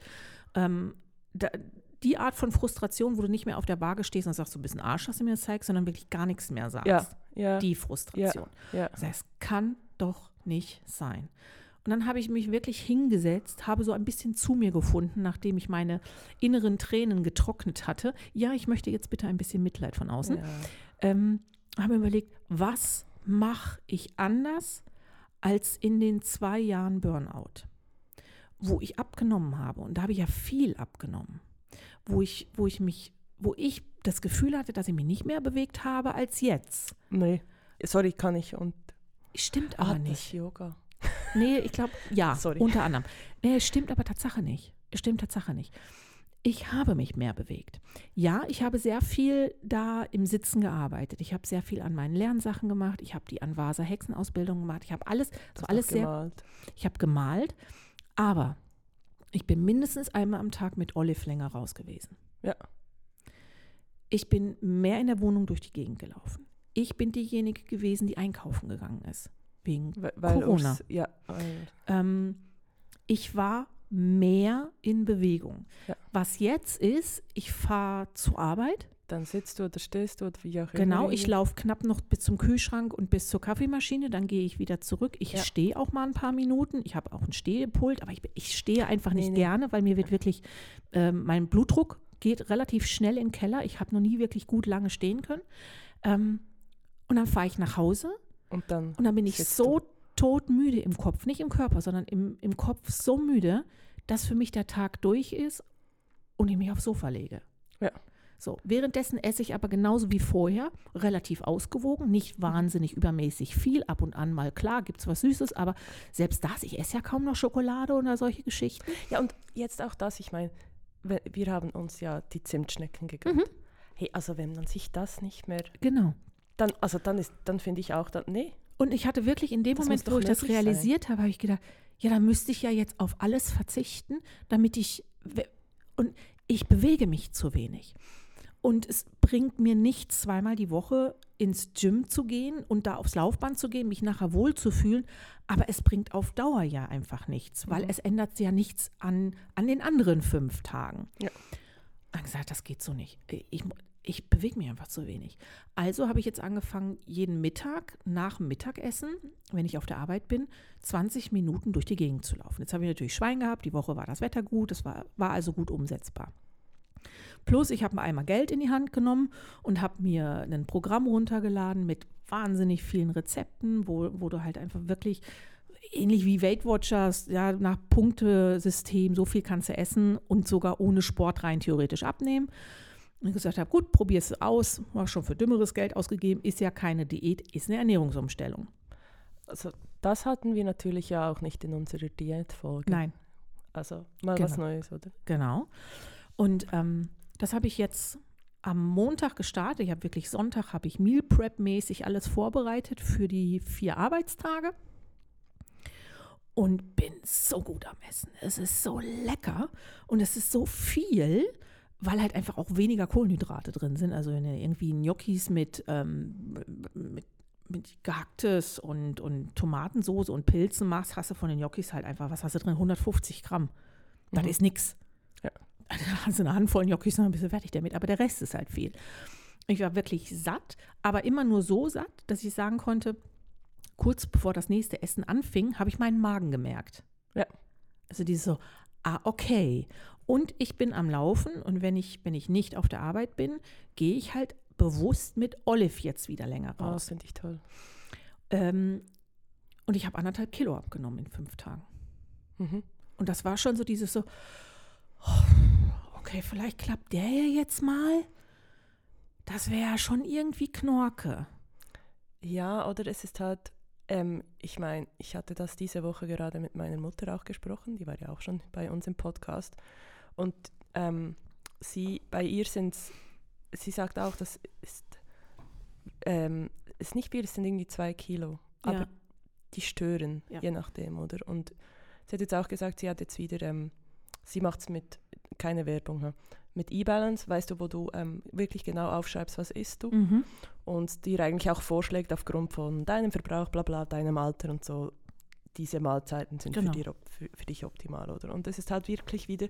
[SPEAKER 2] Die Art von Frustration, wo du nicht mehr auf der Waage stehst und sagst, du bist ein Arsch, dass du mir das zeigst, sondern wirklich gar nichts mehr sagst.
[SPEAKER 1] Ja.
[SPEAKER 2] Die Frustration.
[SPEAKER 1] Ja.
[SPEAKER 2] Das heißt, es kann doch nicht sein. Und dann habe ich mich wirklich hingesetzt, habe so ein bisschen zu mir gefunden, nachdem ich meine inneren Tränen getrocknet hatte. Ja, ich möchte jetzt bitte ein bisschen Mitleid von außen. Ja. Habe mir überlegt, was mache ich anders als in den 2 Jahren Burnout, wo ich abgenommen habe. Und da habe ich ja viel abgenommen. Wo ich das Gefühl hatte, dass ich mich nicht mehr bewegt habe als jetzt.
[SPEAKER 1] Nee, sorry, kann ich. Und
[SPEAKER 2] stimmt aber nicht.
[SPEAKER 1] Yoga.
[SPEAKER 2] Nee, ich glaube, ja,
[SPEAKER 1] sorry.
[SPEAKER 2] Unter anderem. Nee, es stimmt aber Tatsache nicht. Ich habe mich mehr bewegt. Ja, ich habe sehr viel da im Sitzen gearbeitet. Ich habe sehr viel an meinen Lernsachen gemacht. Ich habe die Anvasa Hexenausbildung gemacht. Ich habe alles
[SPEAKER 1] gemalt.
[SPEAKER 2] Ich habe gemalt, aber ich bin mindestens einmal am Tag mit Olive länger raus gewesen.
[SPEAKER 1] Ja.
[SPEAKER 2] Ich bin mehr in der Wohnung durch die Gegend gelaufen. Ich bin diejenige gewesen, die einkaufen gegangen ist. Wegen Corona. Ich war mehr in Bewegung. Ja. Was jetzt ist, ich fahre zur Arbeit.
[SPEAKER 1] Dann sitzt du oder stehst du oder wie auch immer.
[SPEAKER 2] Genau, ich laufe knapp noch bis zum Kühlschrank und bis zur Kaffeemaschine, dann gehe ich wieder zurück. Ich stehe auch mal ein paar Minuten. Ich habe auch ein Stehpult, aber ich stehe einfach nicht gerne, weil mir wird wirklich, mein Blutdruck geht relativ schnell in den Keller. Ich habe noch nie wirklich gut lange stehen können. Und dann fahre ich nach Hause und dann bin ich so todmüde im Kopf, nicht im Körper, sondern im Kopf so müde, dass für mich der Tag durch ist und ich mich aufs Sofa lege.
[SPEAKER 1] Ja.
[SPEAKER 2] So, währenddessen esse ich aber genauso wie vorher, relativ ausgewogen, nicht wahnsinnig übermäßig viel, ab und an mal, klar, gibt es was Süßes, aber selbst das, ich esse ja kaum noch Schokolade oder solche Geschichten.
[SPEAKER 1] Ja, und jetzt auch das, ich meine, wir haben uns ja die Zimtschnecken gegönnt. Hey, also wenn man sich das nicht mehr...
[SPEAKER 2] Genau.
[SPEAKER 1] Dann finde ich auch, nee.
[SPEAKER 2] Und ich hatte wirklich in dem Moment, wo ich das realisiert habe, habe ich gedacht, ja, da müsste ich ja jetzt auf alles verzichten, damit ich bewege mich zu wenig. Und es bringt mir nichts, 2-mal die Woche ins Gym zu gehen und da aufs Laufband zu gehen, mich nachher wohlzufühlen. Aber es bringt auf Dauer ja einfach nichts, weil es ändert ja nichts an den anderen 5 Tagen. Ja. Ich habe gesagt, das geht so nicht. Ich bewege mich einfach zu wenig. Also habe ich jetzt angefangen, jeden Mittag nach dem Mittagessen, wenn ich auf der Arbeit bin, 20 Minuten durch die Gegend zu laufen. Jetzt habe ich natürlich Schwein gehabt, die Woche war das Wetter gut, das war also gut umsetzbar. Plus, ich habe mir einmal Geld in die Hand genommen und habe mir ein Programm runtergeladen mit wahnsinnig vielen Rezepten, wo du halt einfach wirklich, ähnlich wie Weight Watchers, ja, nach Punktesystem, so viel kannst du essen und sogar ohne Sport rein theoretisch abnehmen. Und ich gesagt habe, gut, probier es aus, war schon für dümmeres Geld ausgegeben, ist ja keine Diät, ist eine Ernährungsumstellung.
[SPEAKER 1] Also das hatten wir natürlich ja auch nicht in unserer Diätfolge.
[SPEAKER 2] Nein.
[SPEAKER 1] Also mal was Neues, oder?
[SPEAKER 2] Genau. Und das habe ich jetzt am Montag gestartet. Ich habe wirklich Sonntag, habe ich Meal Prep-mäßig alles vorbereitet für die 4 Arbeitstage. Und bin so gut am Essen. Es ist so lecker und es ist so viel, weil halt einfach auch weniger Kohlenhydrate drin sind. Also wenn du irgendwie Gnocchis mit Gehacktes und Tomatensoße und Pilzen machst, hast du von den Gnocchis halt einfach, was hast du drin? 150 Gramm. Das ist nix.
[SPEAKER 1] Ja.
[SPEAKER 2] Also da hast du eine Handvoll Gnocchis und dann bist du fertig damit. Aber der Rest ist halt viel. Ich war wirklich satt, aber immer nur so satt, dass ich sagen konnte, kurz bevor das nächste Essen anfing, habe ich meinen Magen gemerkt.
[SPEAKER 1] Ja.
[SPEAKER 2] Also dieses so, okay. Und ich bin am Laufen und wenn ich nicht auf der Arbeit bin, gehe ich halt bewusst mit Olive jetzt wieder länger
[SPEAKER 1] Oh,
[SPEAKER 2] raus.
[SPEAKER 1] finde ich toll.
[SPEAKER 2] Und ich habe 1,5 Kilo abgenommen in 5 Tagen.
[SPEAKER 1] Mhm.
[SPEAKER 2] Und das war schon so dieses so, okay, vielleicht klappt der ja jetzt mal. Das wäre ja schon irgendwie Knorke.
[SPEAKER 1] Ja, oder es ist halt, ich meine, ich hatte das diese Woche gerade mit meiner Mutter auch gesprochen, die war ja auch schon bei uns im Podcast. Und bei ihr sind es, sie sagt auch, das ist nicht viel, es sind irgendwie 2 Kilo. Aber
[SPEAKER 2] Ja.
[SPEAKER 1] die stören,
[SPEAKER 2] Ja.
[SPEAKER 1] je nachdem, oder? Und sie hat jetzt auch gesagt, sie hat jetzt wieder, sie macht es mit, keine Werbung, mit eBalance, weißt du, wo du wirklich genau aufschreibst, was isst du und dir eigentlich auch vorschlägt aufgrund von deinem Verbrauch, bla bla, deinem Alter und so, diese Mahlzeiten sind
[SPEAKER 2] Genau.
[SPEAKER 1] für dich optimal, oder? Und es ist halt wirklich wieder,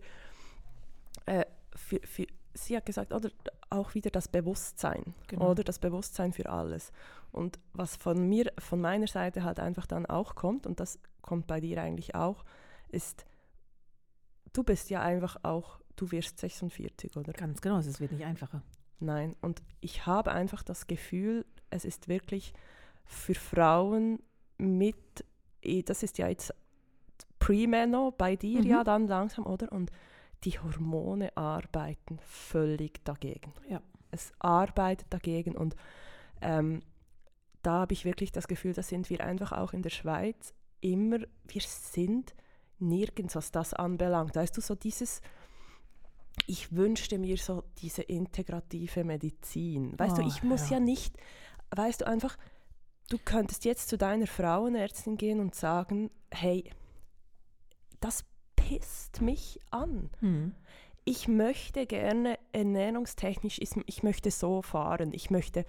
[SPEAKER 1] sie hat gesagt, oder auch wieder das Bewusstsein,
[SPEAKER 2] Genau.
[SPEAKER 1] oder das Bewusstsein für alles. Und was von meiner Seite halt einfach dann auch kommt, und das kommt bei dir eigentlich auch, ist, du bist ja einfach auch, du wirst 46, oder?
[SPEAKER 2] Ganz genau, es wird nicht einfacher.
[SPEAKER 1] Nein, und ich habe einfach das Gefühl, es ist wirklich für Frauen das ist ja jetzt Pre-Meno bei dir ja dann langsam, oder? Und die Hormone arbeiten völlig dagegen.
[SPEAKER 2] Ja.
[SPEAKER 1] Es arbeitet dagegen und da habe ich wirklich das Gefühl, da sind wir einfach auch in der Schweiz wir sind nirgends, was das anbelangt. Weißt du, so ich wünschte mir so diese integrative Medizin. Weißt du, ich muss ja nicht, weißt du, einfach, du könntest jetzt zu deiner Frauenärztin gehen und sagen, hey, das pisst mich an. Ich möchte gerne ernährungstechnisch, ich möchte so fahren, ich möchte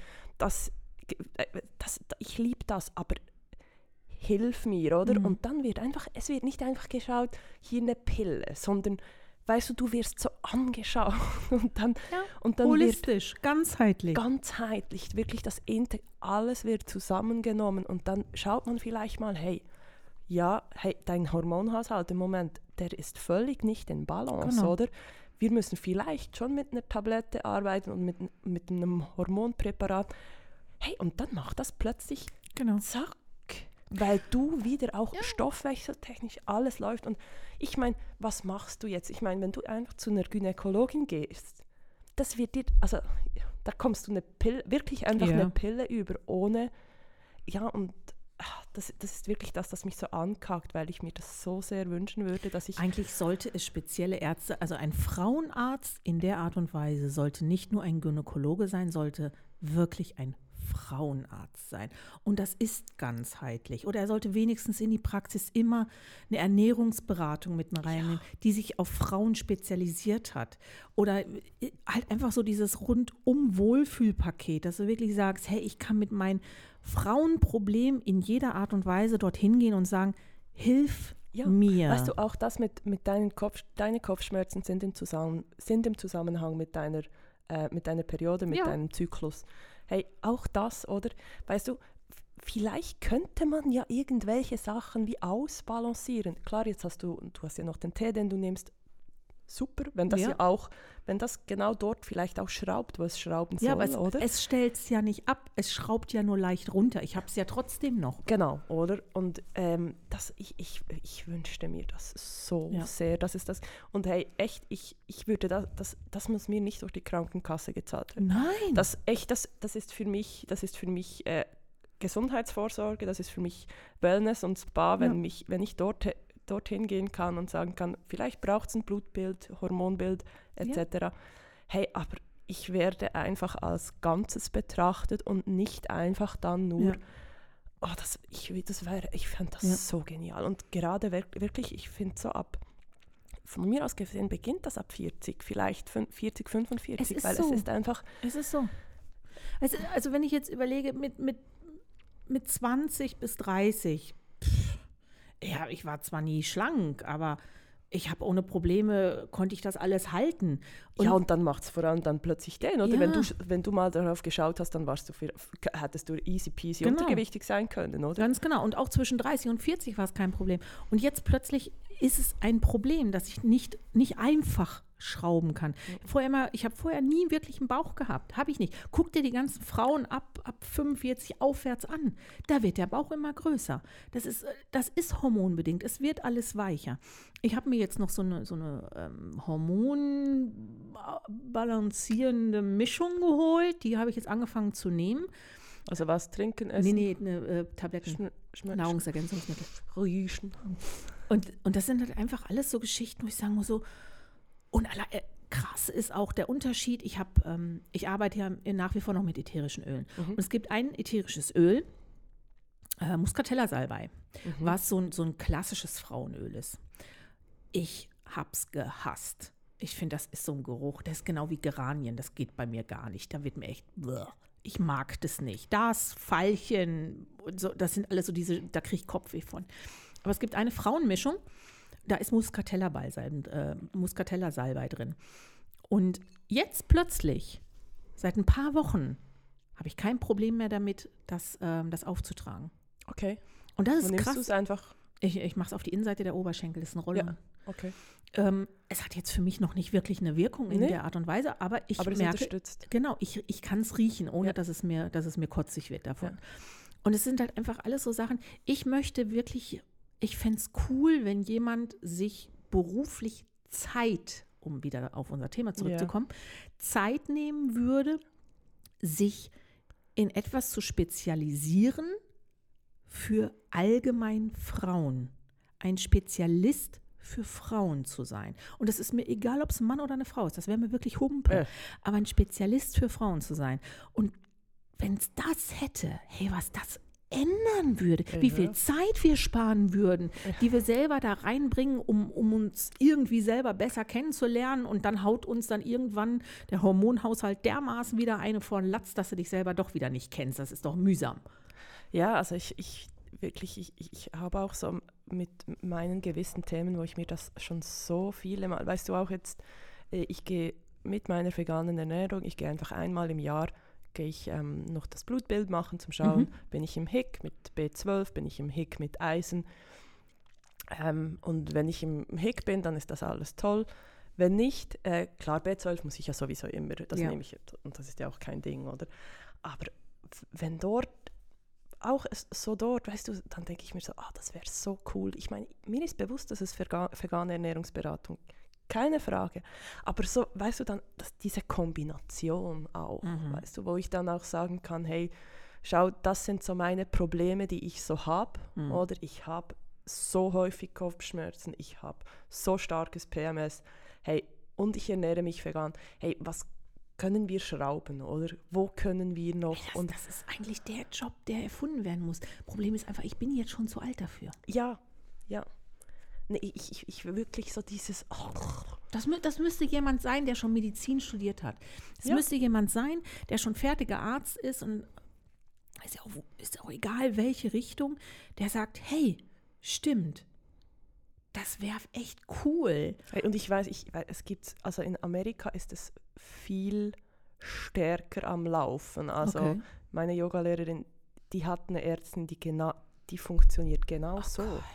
[SPEAKER 1] ich liebe das, aber hilf mir, oder? Und dann es wird nicht einfach geschaut, hier eine Pille, sondern, weißt du, du wirst so angeschaut und dann
[SPEAKER 2] Holistisch, ganzheitlich.
[SPEAKER 1] Ganzheitlich, wirklich alles wird zusammengenommen und dann schaut man vielleicht mal, hey, dein Hormonhaushalt im Moment, der ist völlig nicht in Balance,
[SPEAKER 2] Genau.
[SPEAKER 1] oder? Wir müssen vielleicht schon mit einer Tablette arbeiten und mit einem Hormonpräparat. Hey, und dann macht das plötzlich zack, weil du wieder auch stoffwechseltechnisch alles läuft. Und ich meine, was machst du jetzt? Ich meine, wenn du einfach zu einer Gynäkologin gehst, das wird dir, also da kommst du eine Pille über, ohne, und das ist wirklich das mich so ankackt, weil ich mir das so sehr wünschen würde, dass ich...
[SPEAKER 2] Eigentlich sollte es spezielle Ärzte, also ein Frauenarzt in der Art und Weise sollte nicht nur ein Gynäkologe sein, sollte wirklich ein Frauenarzt sein. Und das ist ganzheitlich. Oder er sollte wenigstens in die Praxis immer eine Ernährungsberatung mit reinnehmen, die sich auf Frauen spezialisiert hat. Oder halt einfach so dieses rundum-Wohlfühlpaket, dass du wirklich sagst, hey, ich kann mit meinem Frauenproblem in jeder Art und Weise dorthin gehen und sagen, hilf mir.
[SPEAKER 1] Weißt du, auch das mit deine Kopfschmerzen sind im Zusammenhang mit deiner Periode, mit deinem Zyklus. Hey, auch das, oder? Weißt du, vielleicht könnte man ja irgendwelche Sachen wie ausbalancieren. Klar, jetzt hast du ja noch den Tee, den du nimmst. super, wenn das ja auch, wenn das genau dort vielleicht auch schraubt, wo es schrauben soll,
[SPEAKER 2] aber
[SPEAKER 1] oder?
[SPEAKER 2] Es stellt es ja nicht ab, es schraubt ja nur leicht runter. Ich habe es ja trotzdem noch.
[SPEAKER 1] Genau, oder? Und ich wünschte mir das so sehr, dass es das... Und hey, echt, ich würde das muss mir nicht durch die Krankenkasse gezahlt werden.
[SPEAKER 2] Nein.
[SPEAKER 1] Das ist für mich Gesundheitsvorsorge, das ist für mich Wellness und Spa, wenn ich dorthin gehen kann und sagen kann, vielleicht braucht es ein Blutbild, Hormonbild etc. Ja. Hey, aber ich werde einfach als Ganzes betrachtet und nicht einfach dann nur, ich fände das so genial. Und gerade wirklich, ich finde so von mir aus gesehen beginnt das ab 40, vielleicht 40, 45, es ist einfach...
[SPEAKER 2] Es ist so. Also wenn ich jetzt überlege, mit 20 bis 30, ich war zwar nie schlank, aber ich habe ohne Probleme, konnte ich das alles halten.
[SPEAKER 1] Und dann macht es vor allem dann plötzlich den, oder? Ja. Wenn du mal darauf geschaut hast, dann hättest du easy peasy untergewichtig sein können, oder?
[SPEAKER 2] Ganz genau. Und auch zwischen 30 und 40 war es kein Problem. Und jetzt plötzlich ist es ein Problem, dass ich nicht einfach schrauben kann. Ich habe vorher nie wirklich einen Bauch gehabt. Habe ich nicht. Guck dir die ganzen Frauen ab 45 aufwärts an. Da wird der Bauch immer größer. Das ist hormonbedingt. Es wird alles weicher. Ich habe mir jetzt noch so eine hormonbalancierende Mischung geholt. Die habe ich jetzt angefangen zu nehmen.
[SPEAKER 1] Also was, trinken, essen?
[SPEAKER 2] Nee, Tabletten, Nahrungsergänzungsmittel.
[SPEAKER 1] Riechen.
[SPEAKER 2] Und das sind halt einfach alles so Geschichten, wo ich sagen muss, so, und krass ist auch der Unterschied. Ich arbeite ja nach wie vor noch mit ätherischen Ölen. Und es gibt ein ätherisches Öl, Muscatella-Salbei, was so ein klassisches Frauenöl ist. Ich hab's gehasst. Ich finde, das ist so ein Geruch, das ist genau wie Geranien, das geht bei mir gar nicht. Da wird mir echt, ich mag das nicht. Das, Veilchen, und so, das sind alles so da kriege ich Kopfweh von. Aber es gibt eine Frauenmischung, da ist Muscatella-Salbei drin. Und jetzt plötzlich, seit ein paar Wochen, habe ich kein Problem mehr damit, das aufzutragen.
[SPEAKER 1] Okay.
[SPEAKER 2] Und das ist
[SPEAKER 1] nimmst
[SPEAKER 2] krass.
[SPEAKER 1] Du es einfach?
[SPEAKER 2] Ich mache es auf die Innenseite der Oberschenkel, das ist ein Rollon.
[SPEAKER 1] Ja, okay.
[SPEAKER 2] Es hat jetzt für mich noch nicht wirklich eine Wirkung in der Art und Weise, aber ich merke,
[SPEAKER 1] unterstützt.
[SPEAKER 2] Genau, ich kann es riechen, ohne dass es mir kotzig wird davon. Ja. Und es sind halt einfach alles so Sachen, ich fände es cool, wenn jemand sich beruflich Zeit, um wieder auf unser Thema zurückzukommen, Zeit nehmen würde, sich in etwas zu spezialisieren für allgemein Frauen. Ein Spezialist für Frauen zu sein. Und es ist mir egal, ob es ein Mann oder eine Frau ist, das wäre mir wirklich Humpe. Aber ein Spezialist für Frauen zu sein. Und wenn es das hätte, hey, was das ändern würde, wie viel Zeit wir sparen würden, die wir selber da reinbringen, um uns irgendwie selber besser kennenzulernen, und dann haut uns dann irgendwann der Hormonhaushalt dermaßen wieder eine vor den Latz, dass du dich selber doch wieder nicht kennst. Das ist doch mühsam.
[SPEAKER 1] Ja, also ich habe auch so mit meinen gewissen Themen, wo ich mir das schon so viele Mal, weißt du auch jetzt, ich gehe mit meiner veganen Ernährung, ich gehe einfach einmal im Jahr, gehe ich noch das Blutbild machen, zum Schauen, bin ich im Hick mit B12, bin ich im Hick mit Eisen. Und wenn ich im Hick bin, dann ist das alles toll. Wenn nicht, klar, B12 muss ich ja sowieso immer, das nehme ich, und das ist ja auch kein Ding, oder? Aber wenn dort, weißt du, dann denke ich mir so, das wäre so cool. Ich meine, mir ist bewusst, dass es vegane Ernährungsberatung keine Frage. Aber so, weißt du, dann diese Kombination auch, weißt du, wo ich dann auch sagen kann, hey, schau, das sind so meine Probleme, die ich so habe. Oder ich habe so häufig Kopfschmerzen, ich habe so starkes PMS. Hey, und ich ernähre mich vegan. Hey, was können wir schrauben, oder? Wo können wir noch?
[SPEAKER 2] Das ist eigentlich der Job, der erfunden werden muss. Problem ist einfach, ich bin jetzt schon zu alt dafür.
[SPEAKER 1] Ja. Nee, ich wirklich so dieses...
[SPEAKER 2] Das müsste jemand sein, der schon Medizin studiert hat. Das müsste jemand sein, der schon fertiger Arzt ist, und ist auch egal, welche Richtung, der sagt, hey, stimmt, das wäre echt cool.
[SPEAKER 1] Und ich weiß, es gibt, also in Amerika ist es viel stärker am Laufen. Also meine Yogalehrerin, die hat eine Ärztin, die funktioniert genau so.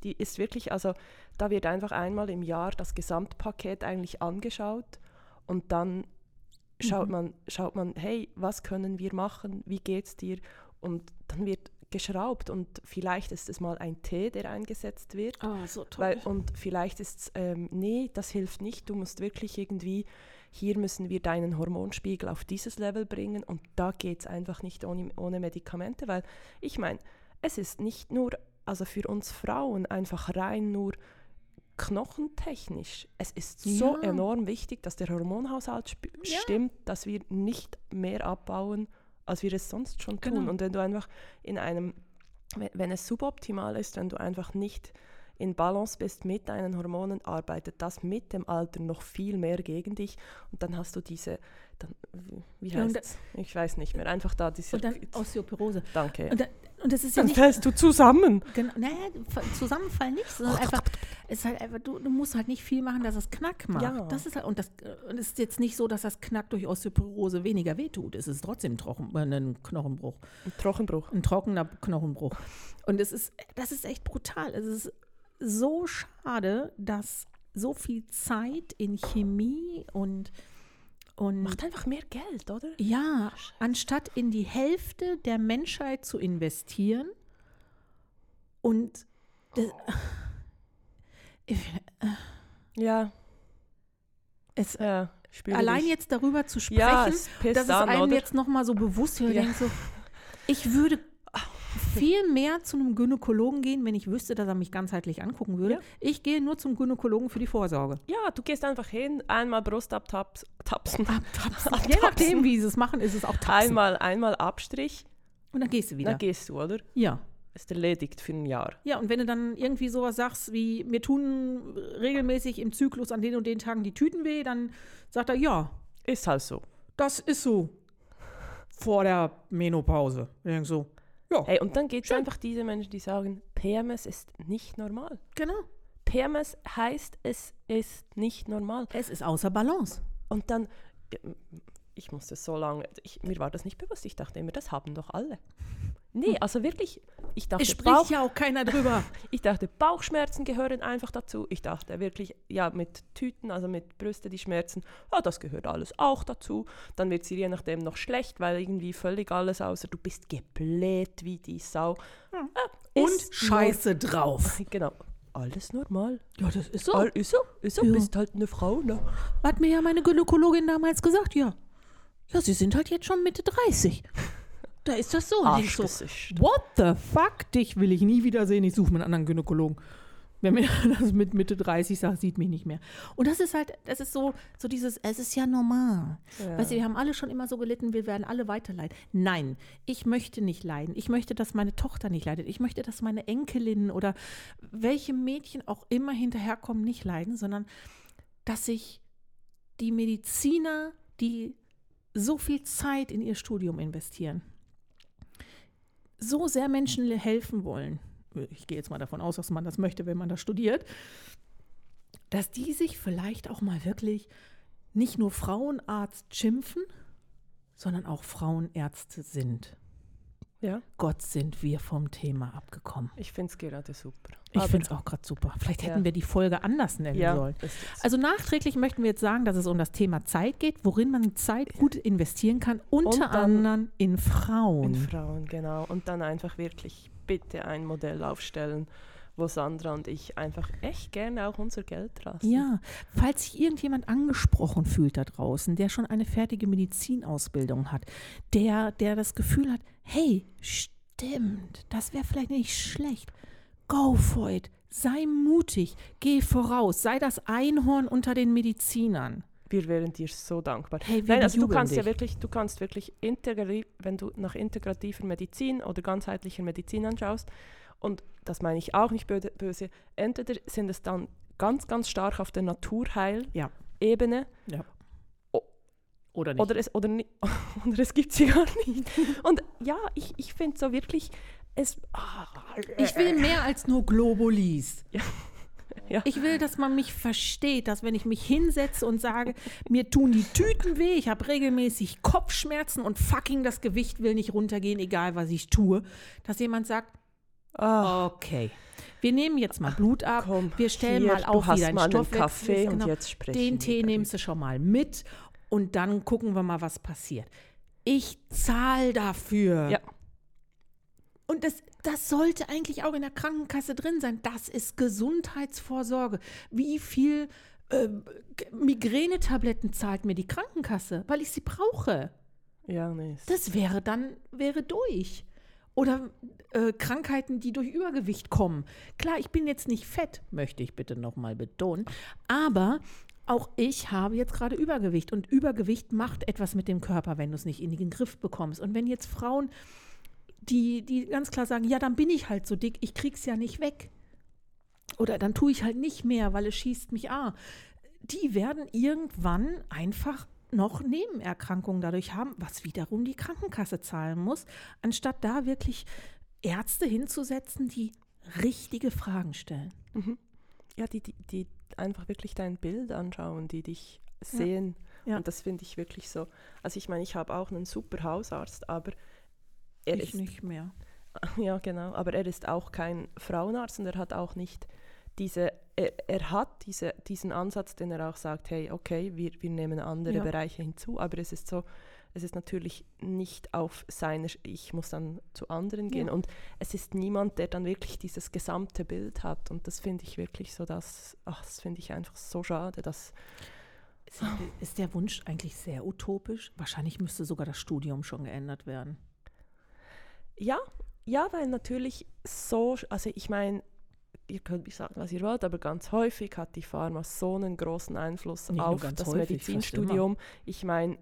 [SPEAKER 1] die ist wirklich, also da wird einfach einmal im Jahr das Gesamtpaket eigentlich angeschaut und dann schaut man, hey, was können wir machen, wie geht's dir? Und dann wird geschraubt und vielleicht ist es mal ein Tee, der eingesetzt wird.
[SPEAKER 2] Oh, so toll.
[SPEAKER 1] Und vielleicht ist es, nee, das hilft nicht, du musst wirklich irgendwie, hier müssen wir deinen Hormonspiegel auf dieses Level bringen und da geht es einfach nicht ohne Medikamente, weil ich meine, es ist nicht nur, also für uns Frauen einfach rein nur knochentechnisch. Es ist so enorm wichtig, dass der Hormonhaushalt stimmt, dass wir nicht mehr abbauen, als wir es sonst schon tun.
[SPEAKER 2] Genau.
[SPEAKER 1] Und wenn du einfach wenn es suboptimal ist, wenn du einfach nicht in Balance bist mit deinen Hormonen, arbeitet das mit dem Alter noch viel mehr gegen dich. Und dann hast du wie heißt es? Ich weiß nicht mehr. Einfach da diese...
[SPEAKER 2] Und dann Osteoporose.
[SPEAKER 1] Danke.
[SPEAKER 2] Und das ist ja
[SPEAKER 1] dann
[SPEAKER 2] nicht...
[SPEAKER 1] fällst du zusammen.
[SPEAKER 2] Genau, naja, zusammenfallen nicht, sondern einfach, es ist halt einfach, du musst halt nicht viel machen, dass es Knack macht.
[SPEAKER 1] Ja.
[SPEAKER 2] Das ist halt, und es ist jetzt nicht so, dass das Knack durch Osteoporose weniger wehtut. Es ist trotzdem ein Knochenbruch.
[SPEAKER 1] Ein Trockenbruch.
[SPEAKER 2] Ein trockener Knochenbruch. Und das ist echt brutal. Es ist so schade, dass so viel Zeit in Chemie und
[SPEAKER 1] macht einfach mehr Geld, oder?
[SPEAKER 2] ja, anstatt in die Hälfte der Menschheit zu investieren und das,
[SPEAKER 1] Ja.
[SPEAKER 2] allein jetzt darüber zu sprechen,
[SPEAKER 1] Ja, es pisst
[SPEAKER 2] dass es
[SPEAKER 1] an,
[SPEAKER 2] einem
[SPEAKER 1] oder?
[SPEAKER 2] jetzt nochmal so bewusst wird,
[SPEAKER 1] Ja.
[SPEAKER 2] denkt so, ich würde viel mehr zu einem Gynäkologen gehen, wenn ich wüsste, dass er mich ganzheitlich angucken würde.
[SPEAKER 1] Ja.
[SPEAKER 2] Ich gehe nur zum Gynäkologen für die Vorsorge.
[SPEAKER 1] Ja, du gehst einfach hin, einmal Brust abtapsen.
[SPEAKER 2] Je nachdem, wie sie es machen, ist es auch Tapsen.
[SPEAKER 1] Einmal Abstrich,
[SPEAKER 2] Und dann gehst du wieder.
[SPEAKER 1] dann gehst du, oder?
[SPEAKER 2] Ja.
[SPEAKER 1] Ist erledigt für ein Jahr.
[SPEAKER 2] Ja, und wenn du dann irgendwie sowas sagst wie, mir tun regelmäßig im Zyklus an den und den Tagen die Tüten weh, dann sagt er, ja,
[SPEAKER 1] Ist halt so.
[SPEAKER 2] das ist so. Vor der Menopause. Ich denke so, ja,
[SPEAKER 1] Hey, und dann gibt es einfach diese Menschen, die sagen, PMS ist nicht normal.
[SPEAKER 2] genau.
[SPEAKER 1] PMS heißt, es ist nicht normal.
[SPEAKER 2] Es ist außer Balance.
[SPEAKER 1] Und dann, ich musste so lange, mir war das nicht bewusst, ich dachte immer, das haben doch alle. Nee, also wirklich, ich dachte,
[SPEAKER 2] Es spricht ja auch keiner drüber.
[SPEAKER 1] Ich dachte, Bauchschmerzen gehören einfach dazu. Ich dachte wirklich, ja, mit Tüten, also mit Brüste, die Schmerzen, ja, das gehört alles auch dazu. Dann wird sie je nachdem noch schlecht, weil irgendwie völlig alles außer du bist gebläht wie die Sau.
[SPEAKER 2] Ja.
[SPEAKER 1] Ist
[SPEAKER 2] Und Scheiße drauf.
[SPEAKER 1] Genau. Alles normal.
[SPEAKER 2] Ja, das ist so.
[SPEAKER 1] Ist so.
[SPEAKER 2] Ja.
[SPEAKER 1] Bist halt eine Frau, ne?
[SPEAKER 2] Hat mir ja meine Gynäkologin damals gesagt, ja. Ja, Sie sind halt jetzt schon Mitte 30. Da ist das so. Und ich so,
[SPEAKER 1] Arschgesicht.
[SPEAKER 2] what the fuck? Dich will ich nie wiedersehen. Ich suche mir einen anderen Gynäkologen. Wer mir das mit Mitte 30 sagt, sieht mich nicht mehr. Und das ist halt, das ist so dieses, es ist ja normal.
[SPEAKER 1] Ja.
[SPEAKER 2] Weißt du, wir haben alle schon immer so gelitten, wir werden alle weiterleiden. Nein, ich möchte nicht leiden. Ich möchte, dass meine Tochter nicht leidet. Ich möchte, dass meine Enkelinnen oder welche Mädchen auch immer hinterherkommen, nicht leiden, sondern dass sich die Mediziner, die so viel Zeit in ihr Studium investieren, so sehr Menschen helfen wollen, ich gehe jetzt mal davon aus, dass man das möchte, wenn man das studiert, dass die sich vielleicht auch mal wirklich nicht nur Frauenarzt schimpfen, sondern auch Frauenärzte sind.
[SPEAKER 1] Ja.
[SPEAKER 2] Gott, sind wir vom Thema abgekommen.
[SPEAKER 1] Ich finde es gerade super.
[SPEAKER 2] Ich finde es auch gerade super. Vielleicht hätten wir die Folge anders nennen sollen. Also nachträglich möchten wir jetzt sagen, dass es um das Thema Zeit geht, worin man die Zeit gut investieren kann, unter anderem in Frauen.
[SPEAKER 1] In Frauen, genau. Und dann einfach wirklich bitte ein Modell aufstellen, wo Sandra und ich einfach echt gerne auch unser Geld lassen.
[SPEAKER 2] Ja, falls sich irgendjemand angesprochen fühlt da draußen, der schon eine fertige Medizinausbildung hat, der das Gefühl hat, hey, stimmt, das wäre vielleicht nicht schlecht. Go for it. Sei mutig. Geh voraus. Sei das Einhorn unter den Medizinern.
[SPEAKER 1] Wir wären dir so dankbar.
[SPEAKER 2] Hey, wir
[SPEAKER 1] also du
[SPEAKER 2] bejubeln
[SPEAKER 1] kannst
[SPEAKER 2] dich.
[SPEAKER 1] du kannst wirklich wenn du nach integrativer Medizin oder ganzheitlicher Medizin anschaust, und das meine ich auch nicht böse, entweder sind es dann ganz, ganz stark auf der Naturheil-Ebene.
[SPEAKER 2] Ja. Oder nicht.
[SPEAKER 1] Oder es gibt sie gar nicht. Und ja, ich finde so wirklich,
[SPEAKER 2] Ich will mehr als nur Globulis.
[SPEAKER 1] Ja.
[SPEAKER 2] Ich will, dass man mich versteht, dass wenn ich mich hinsetze und sage, mir tun die Tüten weh, ich habe regelmäßig Kopfschmerzen und fucking das Gewicht will nicht runtergehen, egal was ich tue, dass jemand sagt, okay, wir nehmen jetzt mal Blut ab,
[SPEAKER 1] Komm,
[SPEAKER 2] wir stellen
[SPEAKER 1] hier,
[SPEAKER 2] mal auf,
[SPEAKER 1] du hast
[SPEAKER 2] wie dein
[SPEAKER 1] mal einen
[SPEAKER 2] Stoffwechsel
[SPEAKER 1] Kaffee
[SPEAKER 2] ist.
[SPEAKER 1] und jetzt sprechen
[SPEAKER 2] Den
[SPEAKER 1] wir
[SPEAKER 2] Tee
[SPEAKER 1] darüber.
[SPEAKER 2] nimmst du schon mal mit und dann gucken wir mal, was passiert. Ich zahle dafür.
[SPEAKER 1] Ja.
[SPEAKER 2] Und das sollte eigentlich auch in der Krankenkasse drin sein. Das ist Gesundheitsvorsorge. Wie viel Migränetabletten zahlt mir die Krankenkasse, weil ich sie brauche?
[SPEAKER 1] Ja, nee.
[SPEAKER 2] Das wäre durch. Oder Krankheiten, die durch Übergewicht kommen. Klar, ich bin jetzt nicht fett, möchte ich bitte nochmal betonen, aber auch ich habe jetzt gerade Übergewicht und Übergewicht macht etwas mit dem Körper, wenn du es nicht in den Griff bekommst. Und wenn jetzt Frauen, die ganz klar sagen, ja, dann bin ich halt so dick, ich krieg's ja nicht weg. Oder dann tue ich halt nicht mehr, weil es schießt mich an. Die werden irgendwann einfach noch Nebenerkrankungen dadurch haben, was wiederum die Krankenkasse zahlen muss, anstatt da wirklich Ärzte hinzusetzen, die richtige Fragen stellen.
[SPEAKER 1] Mhm. Ja, die einfach wirklich dein Bild anschauen, die dich sehen.
[SPEAKER 2] Ja.
[SPEAKER 1] Und das finde ich wirklich so. Also ich meine, ich habe auch einen super Hausarzt, aber er
[SPEAKER 2] Ich
[SPEAKER 1] ist
[SPEAKER 2] nicht mehr.
[SPEAKER 1] Ja, genau. Aber er ist auch kein Frauenarzt und er hat auch nicht er hat diesen Ansatz, den er auch sagt, hey, okay, wir nehmen andere Bereiche hinzu, aber es ist natürlich nicht auf ich muss dann zu anderen gehen. Und es ist niemand, der dann wirklich dieses gesamte Bild hat. Und das finde ich wirklich so, das finde ich einfach so schade, dass...
[SPEAKER 2] Ist der Wunsch eigentlich sehr utopisch? Wahrscheinlich müsste sogar das Studium schon geändert werden.
[SPEAKER 1] Ja, weil natürlich also ich meine, ihr könnt mich sagen, was ihr wollt, aber ganz häufig hat die Pharma so einen großen Einfluss auf das Medizinstudium. Ich meine,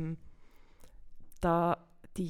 [SPEAKER 1] das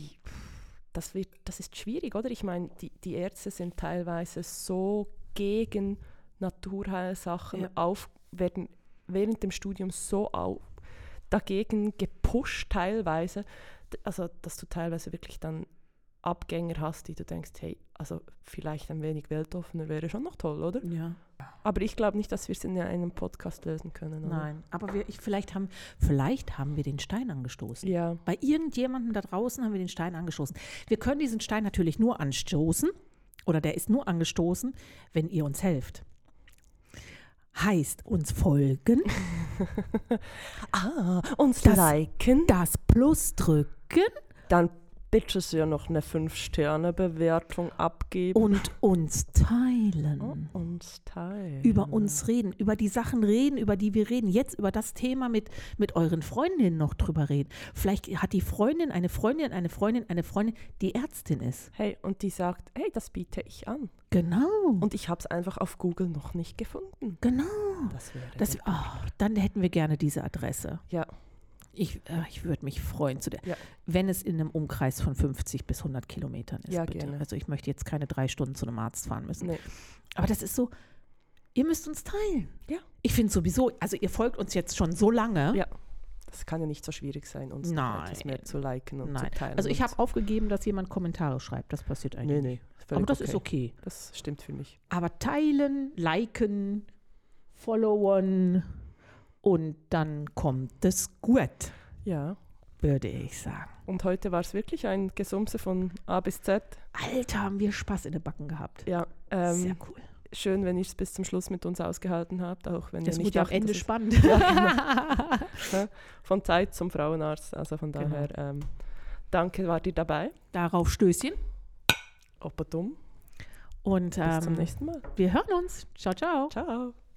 [SPEAKER 1] ist schwierig, oder? Ich meine, die Ärzte sind teilweise so gegen Naturheilsachen, werden während dem Studium so dagegen gepusht teilweise, also dass du teilweise wirklich dann Abgänger hast, die du denkst, hey, also vielleicht ein wenig weltoffener wäre schon noch toll, oder?
[SPEAKER 2] Ja.
[SPEAKER 1] Aber ich glaube nicht, dass wir es in einem Podcast lösen können, oder?
[SPEAKER 2] Nein, aber vielleicht haben wir den Stein angestoßen.
[SPEAKER 1] Ja.
[SPEAKER 2] Bei irgendjemandem da draußen haben wir den Stein angestoßen. Wir können diesen Stein natürlich nur anstoßen, oder der ist nur angestoßen, wenn ihr uns helft. Heißt, uns folgen,
[SPEAKER 1] uns liken,
[SPEAKER 2] das Plus drücken,
[SPEAKER 1] dann bitte sehr noch eine 5-Sterne-Bewertung abgeben.
[SPEAKER 2] Und uns teilen. Über uns reden, über die Sachen reden, über die wir reden. Jetzt über das Thema mit euren Freundinnen noch drüber reden. Vielleicht hat die Freundin, die Ärztin ist.
[SPEAKER 1] Hey, und die sagt, hey, das biete ich an.
[SPEAKER 2] Genau.
[SPEAKER 1] Und ich habe es einfach auf Google noch nicht gefunden.
[SPEAKER 2] Genau.
[SPEAKER 1] Das wäre
[SPEAKER 2] dann hätten wir gerne diese Adresse.
[SPEAKER 1] Ja.
[SPEAKER 2] Ich würde mich freuen, wenn es in einem Umkreis von 50 bis 100 Kilometern ist.
[SPEAKER 1] Ja,
[SPEAKER 2] bitte.
[SPEAKER 1] gerne.
[SPEAKER 2] Also ich möchte jetzt keine 3 Stunden zu einem Arzt fahren müssen.
[SPEAKER 1] Nee.
[SPEAKER 2] Aber das ist so, ihr müsst uns teilen.
[SPEAKER 1] Ja.
[SPEAKER 2] Ich finde sowieso, also ihr folgt uns jetzt schon so lange.
[SPEAKER 1] Ja. Das kann ja nicht so schwierig sein, uns etwas mehr zu liken und zu teilen.
[SPEAKER 2] Also ich habe aufgegeben, dass jemand Kommentare schreibt. Das passiert eigentlich nicht. Aber das ist okay.
[SPEAKER 1] Das stimmt für mich.
[SPEAKER 2] Aber teilen, liken, followen und dann kommt es gut.
[SPEAKER 1] Ja.
[SPEAKER 2] Würde ich sagen.
[SPEAKER 1] Und heute war es wirklich ein Gesumse von A bis Z.
[SPEAKER 2] Alter, haben wir Spaß in den Backen gehabt.
[SPEAKER 1] Ja.
[SPEAKER 2] Sehr cool.
[SPEAKER 1] Schön, wenn ihr es bis zum Schluss mit uns ausgehalten habt, auch wenn
[SPEAKER 2] das
[SPEAKER 1] ihr nicht
[SPEAKER 2] wird am Ende spannend.
[SPEAKER 1] Ja, genau. Von Zeit zum Frauenarzt, also von daher danke, wart ihr dabei.
[SPEAKER 2] Darauf Stößchen.
[SPEAKER 1] Oppatum.
[SPEAKER 2] Und
[SPEAKER 1] bis zum nächsten Mal.
[SPEAKER 2] Wir hören uns. Ciao, ciao.
[SPEAKER 1] Ciao.